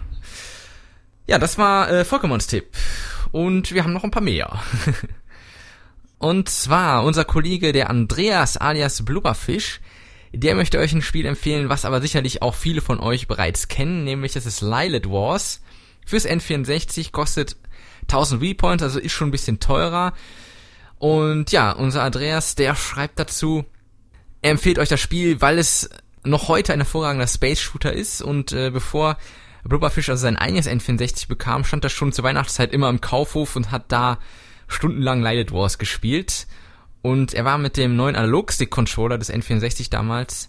ja, das war äh, Pokémons Tipp, und wir haben noch ein paar mehr. Und zwar unser Kollege, der Andreas alias Blubberfish, der möchte euch ein Spiel empfehlen, was aber sicherlich auch viele von euch bereits kennen, nämlich das ist Lilith Wars. Fürs N vierundsechzig, kostet tausend V-Points, also ist schon ein bisschen teurer. Und ja, unser Andreas, der schreibt dazu, er empfiehlt euch das Spiel, weil es noch heute ein hervorragender Space-Shooter ist, und äh, bevor Blubberfish also sein eigenes N vierundsechzig bekam, stand er schon zur Weihnachtszeit immer im Kaufhof und hat da stundenlang Lilith Wars gespielt, und er war mit dem neuen Analog-Stick-Controller des N vierundsechzig damals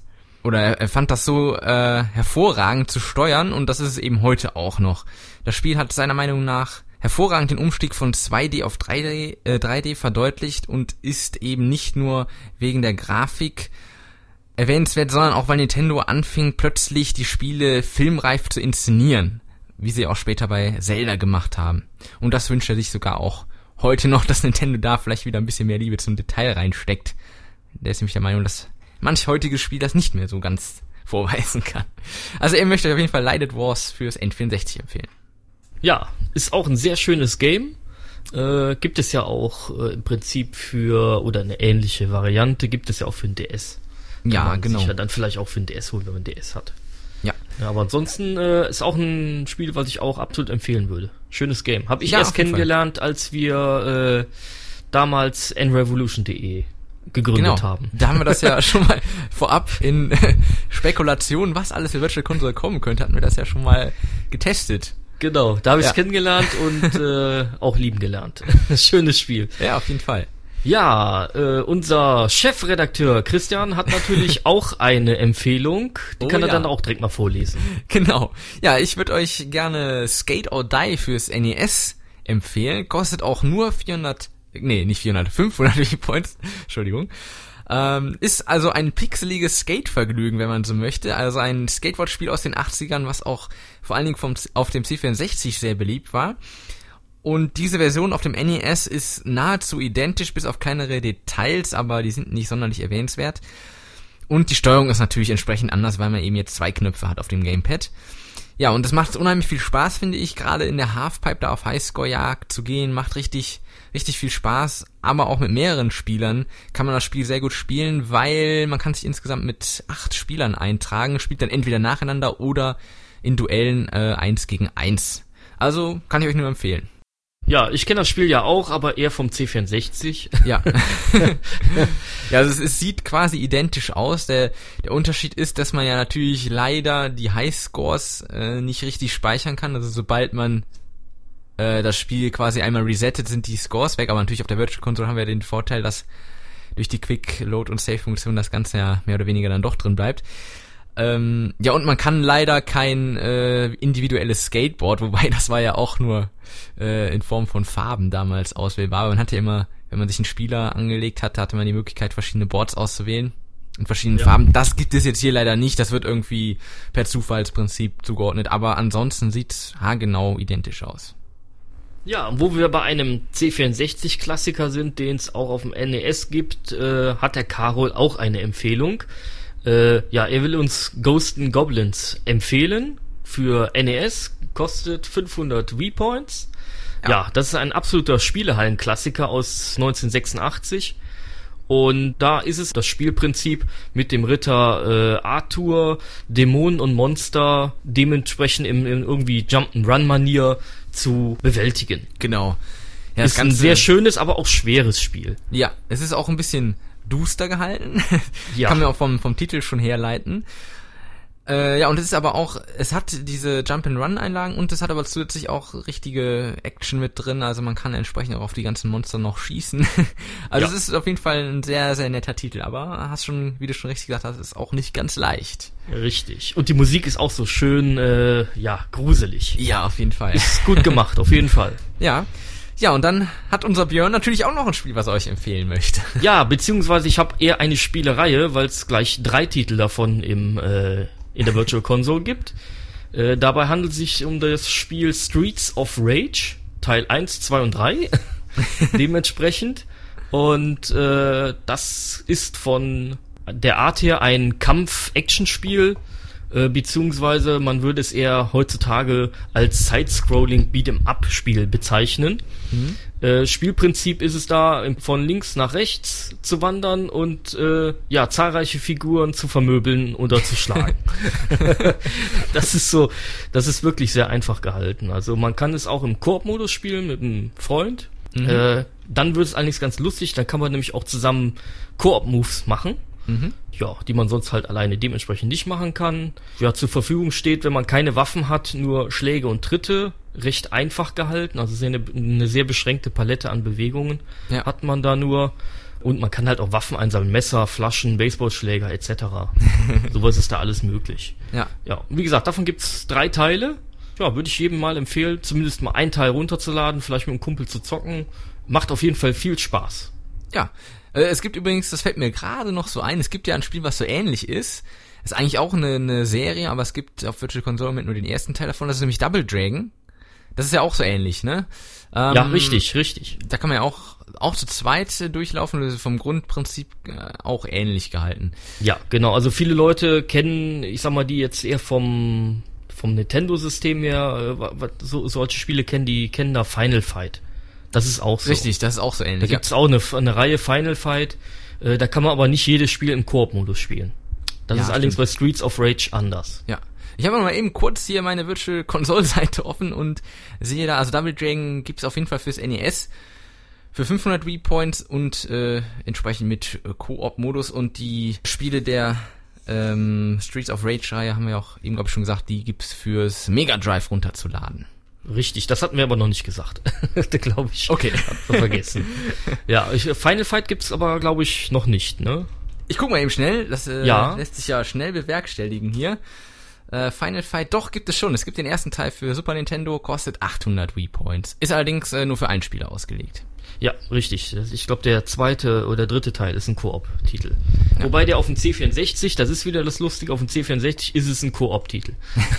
oder er fand das so äh, hervorragend zu steuern und das ist es eben heute auch noch. Das Spiel hat seiner Meinung nach hervorragend den Umstieg von zwei D auf drei D, äh, drei D verdeutlicht und ist eben nicht nur wegen der Grafik erwähnenswert, sondern auch, weil Nintendo anfing, plötzlich die Spiele filmreif zu inszenieren, wie sie auch später bei Zelda gemacht haben. Und das wünscht er sich sogar auch heute noch, dass Nintendo da vielleicht wieder ein bisschen mehr Liebe zum Detail reinsteckt. Der ist nämlich der Meinung, dass manch heutiges Spiel das nicht mehr so ganz vorweisen kann. Also er möchte auf jeden Fall Light It Wars fürs N vierundsechzig empfehlen. Ja, ist auch ein sehr schönes Game. Äh, gibt es ja auch äh, im Prinzip für, oder eine ähnliche Variante, gibt es ja auch für den D S. Kann ja, man genau. Sich ja dann vielleicht auch für den D S holen, wenn man einen D S hat. Ja. Ja, aber ansonsten äh, ist auch ein Spiel, was ich auch absolut empfehlen würde. Schönes Game. Hab ich Ja, erst auf jeden kennengelernt, als wir äh, damals n revolution punkt de gegründet Genau. haben. Da haben wir das ja schon mal vorab in äh, Spekulationen, was alles für Virtual Console kommen könnte, hatten wir das ja schon mal getestet. Genau, da habe ich es Ja. kennengelernt und äh, auch lieben gelernt. Schönes Spiel. Ja, auf jeden Fall. Ja, äh, unser Chefredakteur Christian hat natürlich auch eine Empfehlung. Die Oh kann er ja. dann auch direkt mal vorlesen. Genau. Ja, ich würde euch gerne Skate or Die fürs N E S empfehlen. Kostet auch nur vierhundert, nee, nicht vierhundert, fünfhundert V-Points. Entschuldigung. Ähm, ist also ein pixeliges Skate-Vergnügen, wenn man so möchte. Also ein Skateboard-Spiel aus den achtzigern, was auch vor allen Dingen vom, auf dem C vierundsechzig sehr beliebt war. Und diese Version auf dem N E S ist nahezu identisch, bis auf kleinere Details, aber die sind nicht sonderlich erwähnenswert. Und die Steuerung ist natürlich entsprechend anders, weil man eben jetzt zwei Knöpfe hat auf dem Gamepad. Ja, und das macht unheimlich viel Spaß, finde ich, gerade in der Halfpipe da auf Highscore-Jagd zu gehen, macht richtig, richtig viel Spaß, aber auch mit mehreren Spielern kann man das Spiel sehr gut spielen, weil man kann sich insgesamt mit acht Spielern eintragen, spielt dann entweder nacheinander oder in Duellen äh, eins gegen eins. Also kann ich euch nur empfehlen. Ja, ich kenne das Spiel ja auch, aber eher vom C vierundsechzig. Ja. Ja, also es, es sieht quasi identisch aus. Der, der Unterschied ist, dass man ja natürlich leider die Highscores äh, nicht richtig speichern kann. Also sobald man äh, das Spiel quasi einmal resettet, sind die Scores weg. Aber natürlich auf der Virtual Console haben wir den Vorteil, dass durch die Quick Load und Save Funktion das Ganze ja mehr oder weniger dann doch drin bleibt. Ähm, ja, und man kann leider kein äh, individuelles Skateboard, wobei das war ja auch nur äh, in Form von Farben damals auswählbar. Aber man hatte ja immer, wenn man sich einen Spieler angelegt hatte, hatte man die Möglichkeit, verschiedene Boards auszuwählen in verschiedenen Ja. Farben. Das gibt es jetzt hier leider nicht. Das wird irgendwie per Zufallsprinzip zugeordnet. Aber ansonsten sieht's haargenau identisch aus. Ja, wo wir bei einem C vierundsechzig Klassiker sind, den es auch auf dem N E S gibt, äh, hat der Karol auch eine Empfehlung. Äh, ja, er will uns Ghosts and Goblins empfehlen für N E S, kostet fünfhundert V-Points. Ja. ja, das ist ein absoluter Spielehallen-Klassiker aus neunzehnhundertsechsundachtzig. Und da ist es das Spielprinzip mit dem Ritter äh, Arthur, Dämonen und Monster dementsprechend in, in irgendwie Jump'n'Run-Manier zu bewältigen. Genau. Ja, ist ein sehr schönes, aber auch schweres Spiel. Ja, es ist auch ein bisschen duster gehalten. Ja. Kann man auch vom, vom Titel schon herleiten. Äh, ja, und es ist aber auch, es hat diese Jump-and-Run-Einlagen und es hat aber zusätzlich auch richtige Action mit drin, also man kann entsprechend auch auf die ganzen Monster noch schießen. Also Ja. es ist auf jeden Fall ein sehr, sehr netter Titel, aber hast schon, wie du schon richtig gesagt hast, ist auch nicht ganz leicht. Richtig. Und die Musik ist auch so schön, äh, ja, gruselig. Ja, auf jeden Fall. Ist gut gemacht, auf jeden Fall. Ja. Ja, und dann hat unser Björn natürlich auch noch ein Spiel, was er euch empfehlen möchte. Ja, beziehungsweise ich habe eher eine Spielereihe, weil es gleich drei Titel davon im äh, in der Virtual Console gibt. Äh, dabei handelt es sich um das Spiel Streets of Rage, Teil eins, zwei und drei, dementsprechend. Und äh, das ist von der Art her ein Kampf-Action-Spiel, äh, beziehungsweise man würde es eher heutzutage als Side-Scrolling Beat'em-Up-Spiel bezeichnen. Mhm. Äh, Spielprinzip ist es da, von links nach rechts zu wandern und äh, ja, zahlreiche Figuren zu vermöbeln oder zu schlagen. Das ist so, das ist wirklich sehr einfach gehalten. Also man kann es auch im Koop-Modus spielen mit einem Freund. Mhm. Äh, dann wird es allerdings ganz lustig, dann kann man nämlich auch zusammen Koop-Moves machen. Mhm. Ja, die man sonst halt alleine dementsprechend nicht machen kann. Ja, zur Verfügung steht, wenn man keine Waffen hat, nur Schläge und Tritte. recht einfach gehalten, also sehr eine, eine sehr beschränkte Palette an Bewegungen Ja. hat man da nur. Und man kann halt auch Waffen einsammeln, Messer, Flaschen, Baseballschläger et cetera. Sowas ist da alles möglich. Ja. Ja, wie gesagt, davon gibt's drei Teile. Ja, würde ich jedem mal empfehlen, zumindest mal einen Teil runterzuladen, vielleicht mit einem Kumpel zu zocken. Macht auf jeden Fall viel Spaß. Ja. Äh, es gibt übrigens, das fällt mir gerade noch so ein, es gibt ja ein Spiel, was so ähnlich ist. Ist eigentlich auch eine, eine Serie, aber es gibt auf Virtual Console mit nur den ersten Teil davon, das ist nämlich Double Dragon. Das ist ja auch so ähnlich, ne? Ähm, Ja, richtig, richtig. Da kann man ja auch auch zu zweit äh, durchlaufen, das ist vom Grundprinzip äh, auch ähnlich gehalten. Ja, genau. Also viele Leute kennen, ich sag mal, die jetzt eher vom vom Nintendo-System her, äh, wa- wa- so, solche Spiele kennen, die kennen da Final Fight. Das ist auch so. Richtig, das ist auch so ähnlich. Da gibt's auch eine, eine Reihe Final Fight. Äh, da kann man aber nicht jedes Spiel im Koop-Modus spielen. Das Ja, ist allerdings stimmt. bei Streets of Rage anders. Ja. Ich habe mal eben kurz hier meine Virtual Console Seite offen und sehe da, also Double Dragon gibt's auf jeden Fall fürs N E S für fünfhundert Wii Points und äh, entsprechend mit äh, Koop-Modus, und die Spiele der ähm, Streets of Rage Reihe haben wir auch eben, glaube ich, schon gesagt, die gibt's fürs Mega Drive runterzuladen. Richtig, das hatten wir aber noch nicht gesagt. glaube ich. Okay. Hab wir vergessen. Ja, ich, Final Fight gibt's aber, glaube ich, noch nicht, ne? Ich guck mal eben schnell, das äh, Ja. lässt sich ja schnell bewerkstelligen hier. Äh, Final Fight, doch, gibt es schon. Es gibt den ersten Teil für Super Nintendo, kostet achthundert Wii Points. Ist allerdings äh, nur für einen Spieler ausgelegt. Ja, richtig. Ich glaube, der zweite oder dritte Teil ist ein Koop-Titel. Ja. Wobei der auf dem C vierundsechzig, das ist wieder das Lustige, auf dem C vierundsechzig ist es ein Koop-Titel.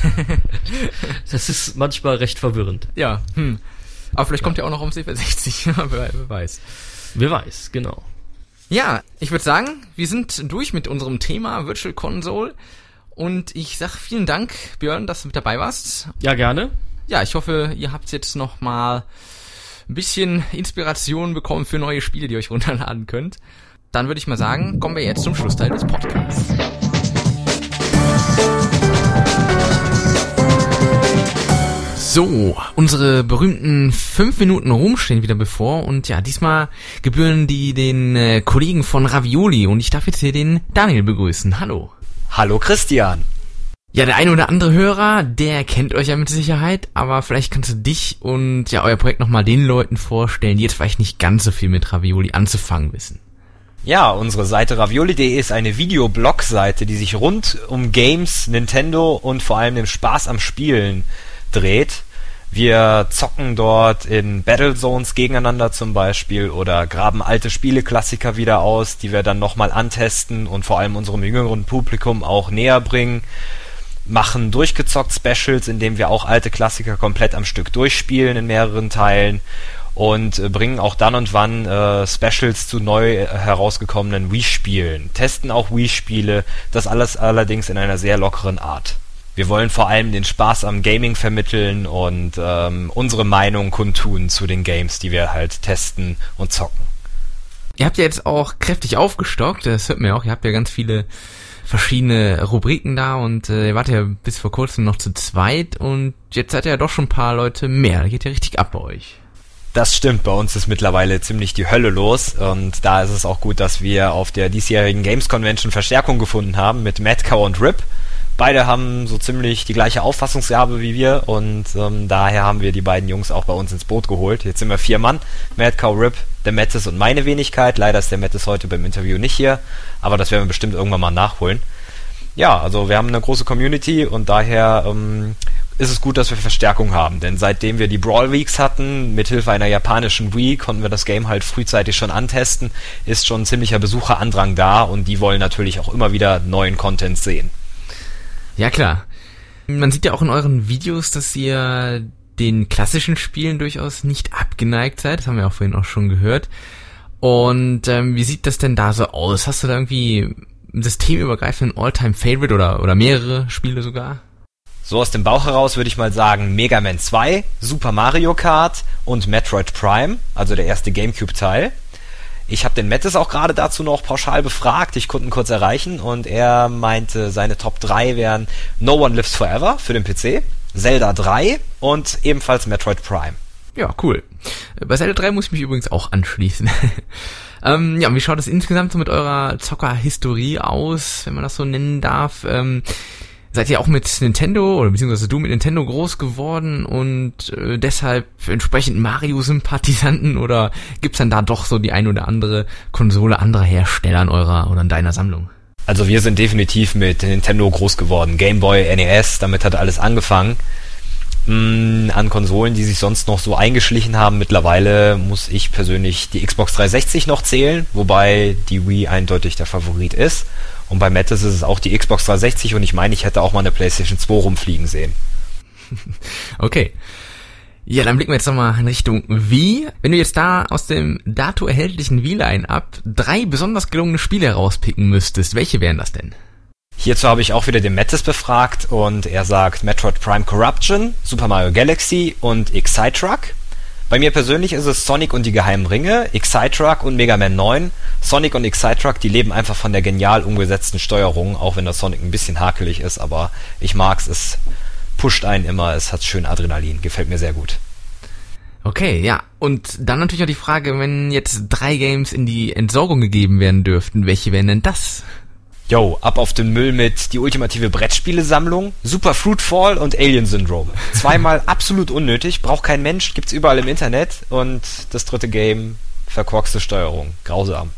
Das ist manchmal recht verwirrend. Ja, hm. Aber vielleicht kommt ja auch noch auf dem C vierundsechzig, wer, wer weiß. Wer weiß, genau. Ja, ich würde sagen, wir sind durch mit unserem Thema Virtual Console. Und ich sag vielen Dank, Björn, dass du mit dabei warst. Ja, gerne. Ja, ich hoffe, ihr habt jetzt noch mal ein bisschen Inspiration bekommen für neue Spiele, die ihr euch runterladen könnt. Dann würde ich mal sagen, kommen wir jetzt zum Schlussteil des Podcasts. So, unsere berühmten fünf Minuten Ruhm stehen wieder bevor, und ja, diesmal gebühren die den äh, Kollegen von Ravioli, und ich darf jetzt hier den Daniel begrüßen. Hallo. Hallo Christian. Ja, der eine oder andere Hörer, der kennt euch ja mit Sicherheit, aber vielleicht kannst du dich und ja euer Projekt nochmal den Leuten vorstellen, die jetzt vielleicht nicht ganz so viel mit Ravioli anzufangen wissen. Ja, unsere Seite ravioli punkt de ist eine Videoblog-Seite, die sich rund um Games, Nintendo und vor allem den Spaß am Spielen dreht. Wir zocken dort in Battlezones gegeneinander zum Beispiel oder graben alte Spieleklassiker wieder aus, die wir dann nochmal antesten und vor allem unserem jüngeren Publikum auch näher bringen. Machen durchgezockt Specials, indem wir auch alte Klassiker komplett am Stück durchspielen in mehreren Teilen, und äh, bringen auch dann und wann äh, Specials zu neu äh, herausgekommenen Wii-Spielen. Testen auch Wii-Spiele, das alles allerdings in einer sehr lockeren Art. Wir wollen vor allem den Spaß am Gaming vermitteln und ähm, unsere Meinung kundtun zu den Games, die wir halt testen und zocken. Ihr habt ja jetzt auch kräftig aufgestockt, das hört man ja auch, ihr habt ja ganz viele verschiedene Rubriken da, und äh, ihr wart ja bis vor kurzem noch zu zweit, und jetzt seid ihr ja doch schon ein paar Leute mehr, da geht ja richtig ab bei euch. Das stimmt, bei uns ist mittlerweile ziemlich die Hölle los, und da ist es auch gut, dass wir auf der diesjährigen Games Convention Verstärkung gefunden haben mit Madcow und Rip. Beide haben so ziemlich die gleiche Auffassungsgabe wie wir, und ähm, daher haben wir die beiden Jungs auch bei uns ins Boot geholt. Jetzt sind wir vier Mann, Madcow, Rip, der Mattis und meine Wenigkeit. Leider ist der Mattis heute beim Interview nicht hier, aber das werden wir bestimmt irgendwann mal nachholen. Ja, also wir haben eine große Community, und daher ähm, ist es gut, dass wir Verstärkung haben, denn seitdem wir die Brawl Weeks hatten, mithilfe einer japanischen Wii, konnten wir das Game halt frühzeitig schon antesten, ist schon ein ziemlicher Besucherandrang da, und die wollen natürlich auch immer wieder neuen Content sehen. Ja, klar. Man sieht ja auch in euren Videos, dass ihr den klassischen Spielen durchaus nicht abgeneigt seid. Das haben wir auch vorhin auch schon gehört. Und ähm, wie sieht das denn da so aus? Hast du da irgendwie ein systemübergreifenden All-Time-Favorite oder, oder mehrere Spiele sogar? So aus dem Bauch heraus würde ich mal sagen Mega Man zwei, Super Mario Kart und Metroid Prime, also der erste Gamecube-Teil. Ich habe den Mattis auch gerade dazu noch pauschal befragt, ich konnte ihn kurz erreichen, und er meinte, seine Top drei wären No One Lives Forever für den P C, Zelda drei und ebenfalls Metroid Prime. Ja, cool. Bei Zelda drei muss ich mich übrigens auch anschließen. ähm, ja, und wie schaut es insgesamt so mit eurer Zockerhistorie aus, wenn man das so nennen darf? Ähm, seid ihr auch mit Nintendo oder beziehungsweise du mit Nintendo groß geworden und äh, deshalb entsprechend Mario-Sympathisanten oder gibt's dann da doch so die ein oder andere Konsole anderer Hersteller in eurer oder in deiner Sammlung? Also wir sind definitiv mit Nintendo groß geworden. Game Boy, N E S, damit hat alles angefangen. Mm, an Konsolen, die sich sonst noch so eingeschlichen haben. Mittlerweile muss ich persönlich die Xbox dreihundertsechzig noch zählen, wobei die Wii eindeutig der Favorit ist. Und bei Mattes ist es auch die Xbox dreihundertsechzig und ich meine, ich hätte auch mal eine PlayStation zwei rumfliegen sehen. Okay. Ja, dann blicken wir jetzt nochmal in Richtung Wii. Wenn du jetzt da aus dem dato erhältlichen Wii-Line-Up drei besonders gelungene Spiele rauspicken müsstest, welche wären das denn? Hierzu habe ich auch wieder den Mattes befragt und er sagt Metroid Prime Corruption, Super Mario Galaxy und Excitruck. Bei mir persönlich ist es Sonic und die geheimen Ringe, Excitruck und Mega Man neun. Sonic und Excitruck, die leben einfach von der genial umgesetzten Steuerung, auch wenn das Sonic ein bisschen hakelig ist, aber ich mag's, es pusht einen immer, es hat schön Adrenalin, gefällt mir sehr gut. Okay, ja, und dann natürlich auch die Frage, wenn jetzt drei Games in die Entsorgung gegeben werden dürften, welche wären denn das? Yo, ab auf den Müll mit die ultimative Brettspielesammlung, Super Fruitfall und Alien Syndrome. Zweimal absolut unnötig, braucht kein Mensch, gibt's überall im Internet. Und das dritte Game, verkorkste Steuerung, grausam.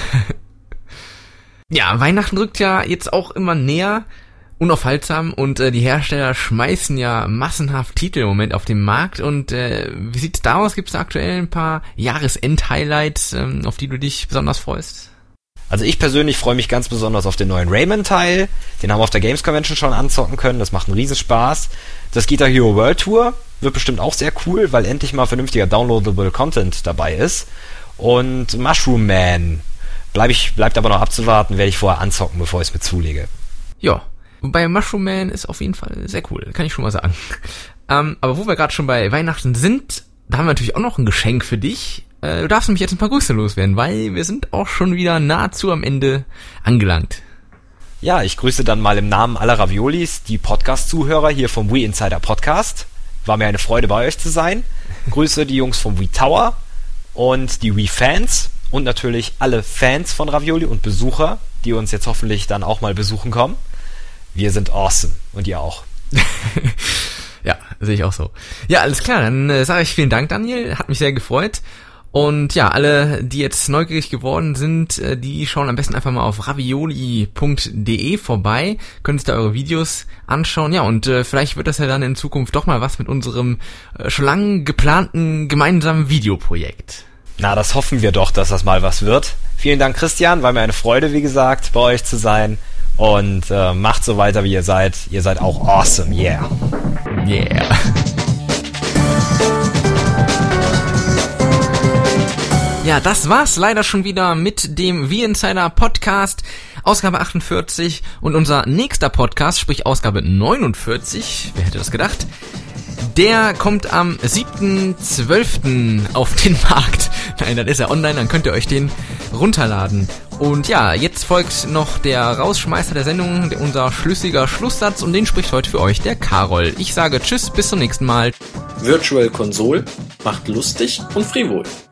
Ja, Weihnachten rückt ja jetzt auch immer näher, unaufhaltsam, und äh, die Hersteller schmeißen ja massenhaft Titel im Moment auf den Markt. Und äh, wie sieht's da aus? Gibt's da aktuell ein paar Jahresend-Highlights, ähm, auf die du dich besonders freust? Also ich persönlich freue mich ganz besonders auf den neuen Rayman-Teil. Den haben wir auf der Games Convention schon anzocken können. Das macht einen Riesenspaß. Das Guitar Hero World Tour wird bestimmt auch sehr cool, weil endlich mal vernünftiger downloadable Content dabei ist. Und Mushroom Man bleib ich, bleibt aber noch abzuwarten, werde ich vorher anzocken, bevor ich es mir zulege. Ja, wobei Mushroom Man ist auf jeden Fall sehr cool, kann ich schon mal sagen. Ähm, aber wo wir gerade schon bei Weihnachten sind, da haben wir natürlich auch noch ein Geschenk für dich. Du darfst nämlich jetzt ein paar Grüße loswerden, weil wir sind auch schon wieder nahezu am Ende angelangt. Ja, ich grüße dann mal im Namen aller Raviolis die Podcast-Zuhörer hier vom Wii Insider Podcast. War mir eine Freude, bei euch zu sein. Grüße die Jungs vom Wii Tower und die Wii-Fans und natürlich alle Fans von Ravioli und Besucher, die uns jetzt hoffentlich dann auch mal besuchen kommen. Wir sind awesome und ihr auch. Ja, sehe ich auch so. Ja, alles klar, dann äh, sage ich vielen Dank, Daniel, hat mich sehr gefreut. Und ja, alle, die jetzt neugierig geworden sind, die schauen am besten einfach mal auf ravioli punkt de vorbei, können sich da eure Videos anschauen. Ja, und äh, vielleicht wird das ja dann in Zukunft doch mal was mit unserem äh, schon lange geplanten gemeinsamen Videoprojekt. Na, das hoffen wir doch, dass das mal was wird. Vielen Dank, Christian, war mir eine Freude, wie gesagt, bei euch zu sein. Und äh, macht so weiter, wie ihr seid. Ihr seid auch awesome, yeah. Yeah. Ja, das war's leider schon wieder mit dem Wii Insider Podcast, Ausgabe achtundvierzig, und unser nächster Podcast, sprich Ausgabe neunundvierzig, wer hätte das gedacht, der kommt am siebten zwölften auf den Markt. Nein, dann ist er online, dann könnt ihr euch den runterladen. Und ja, jetzt folgt noch der Rausschmeißer der Sendung, unser schlüssiger Schlusssatz, und den spricht heute für euch der Karol. Ich sage Tschüss, bis zum nächsten Mal. Virtual Console macht lustig und frivol.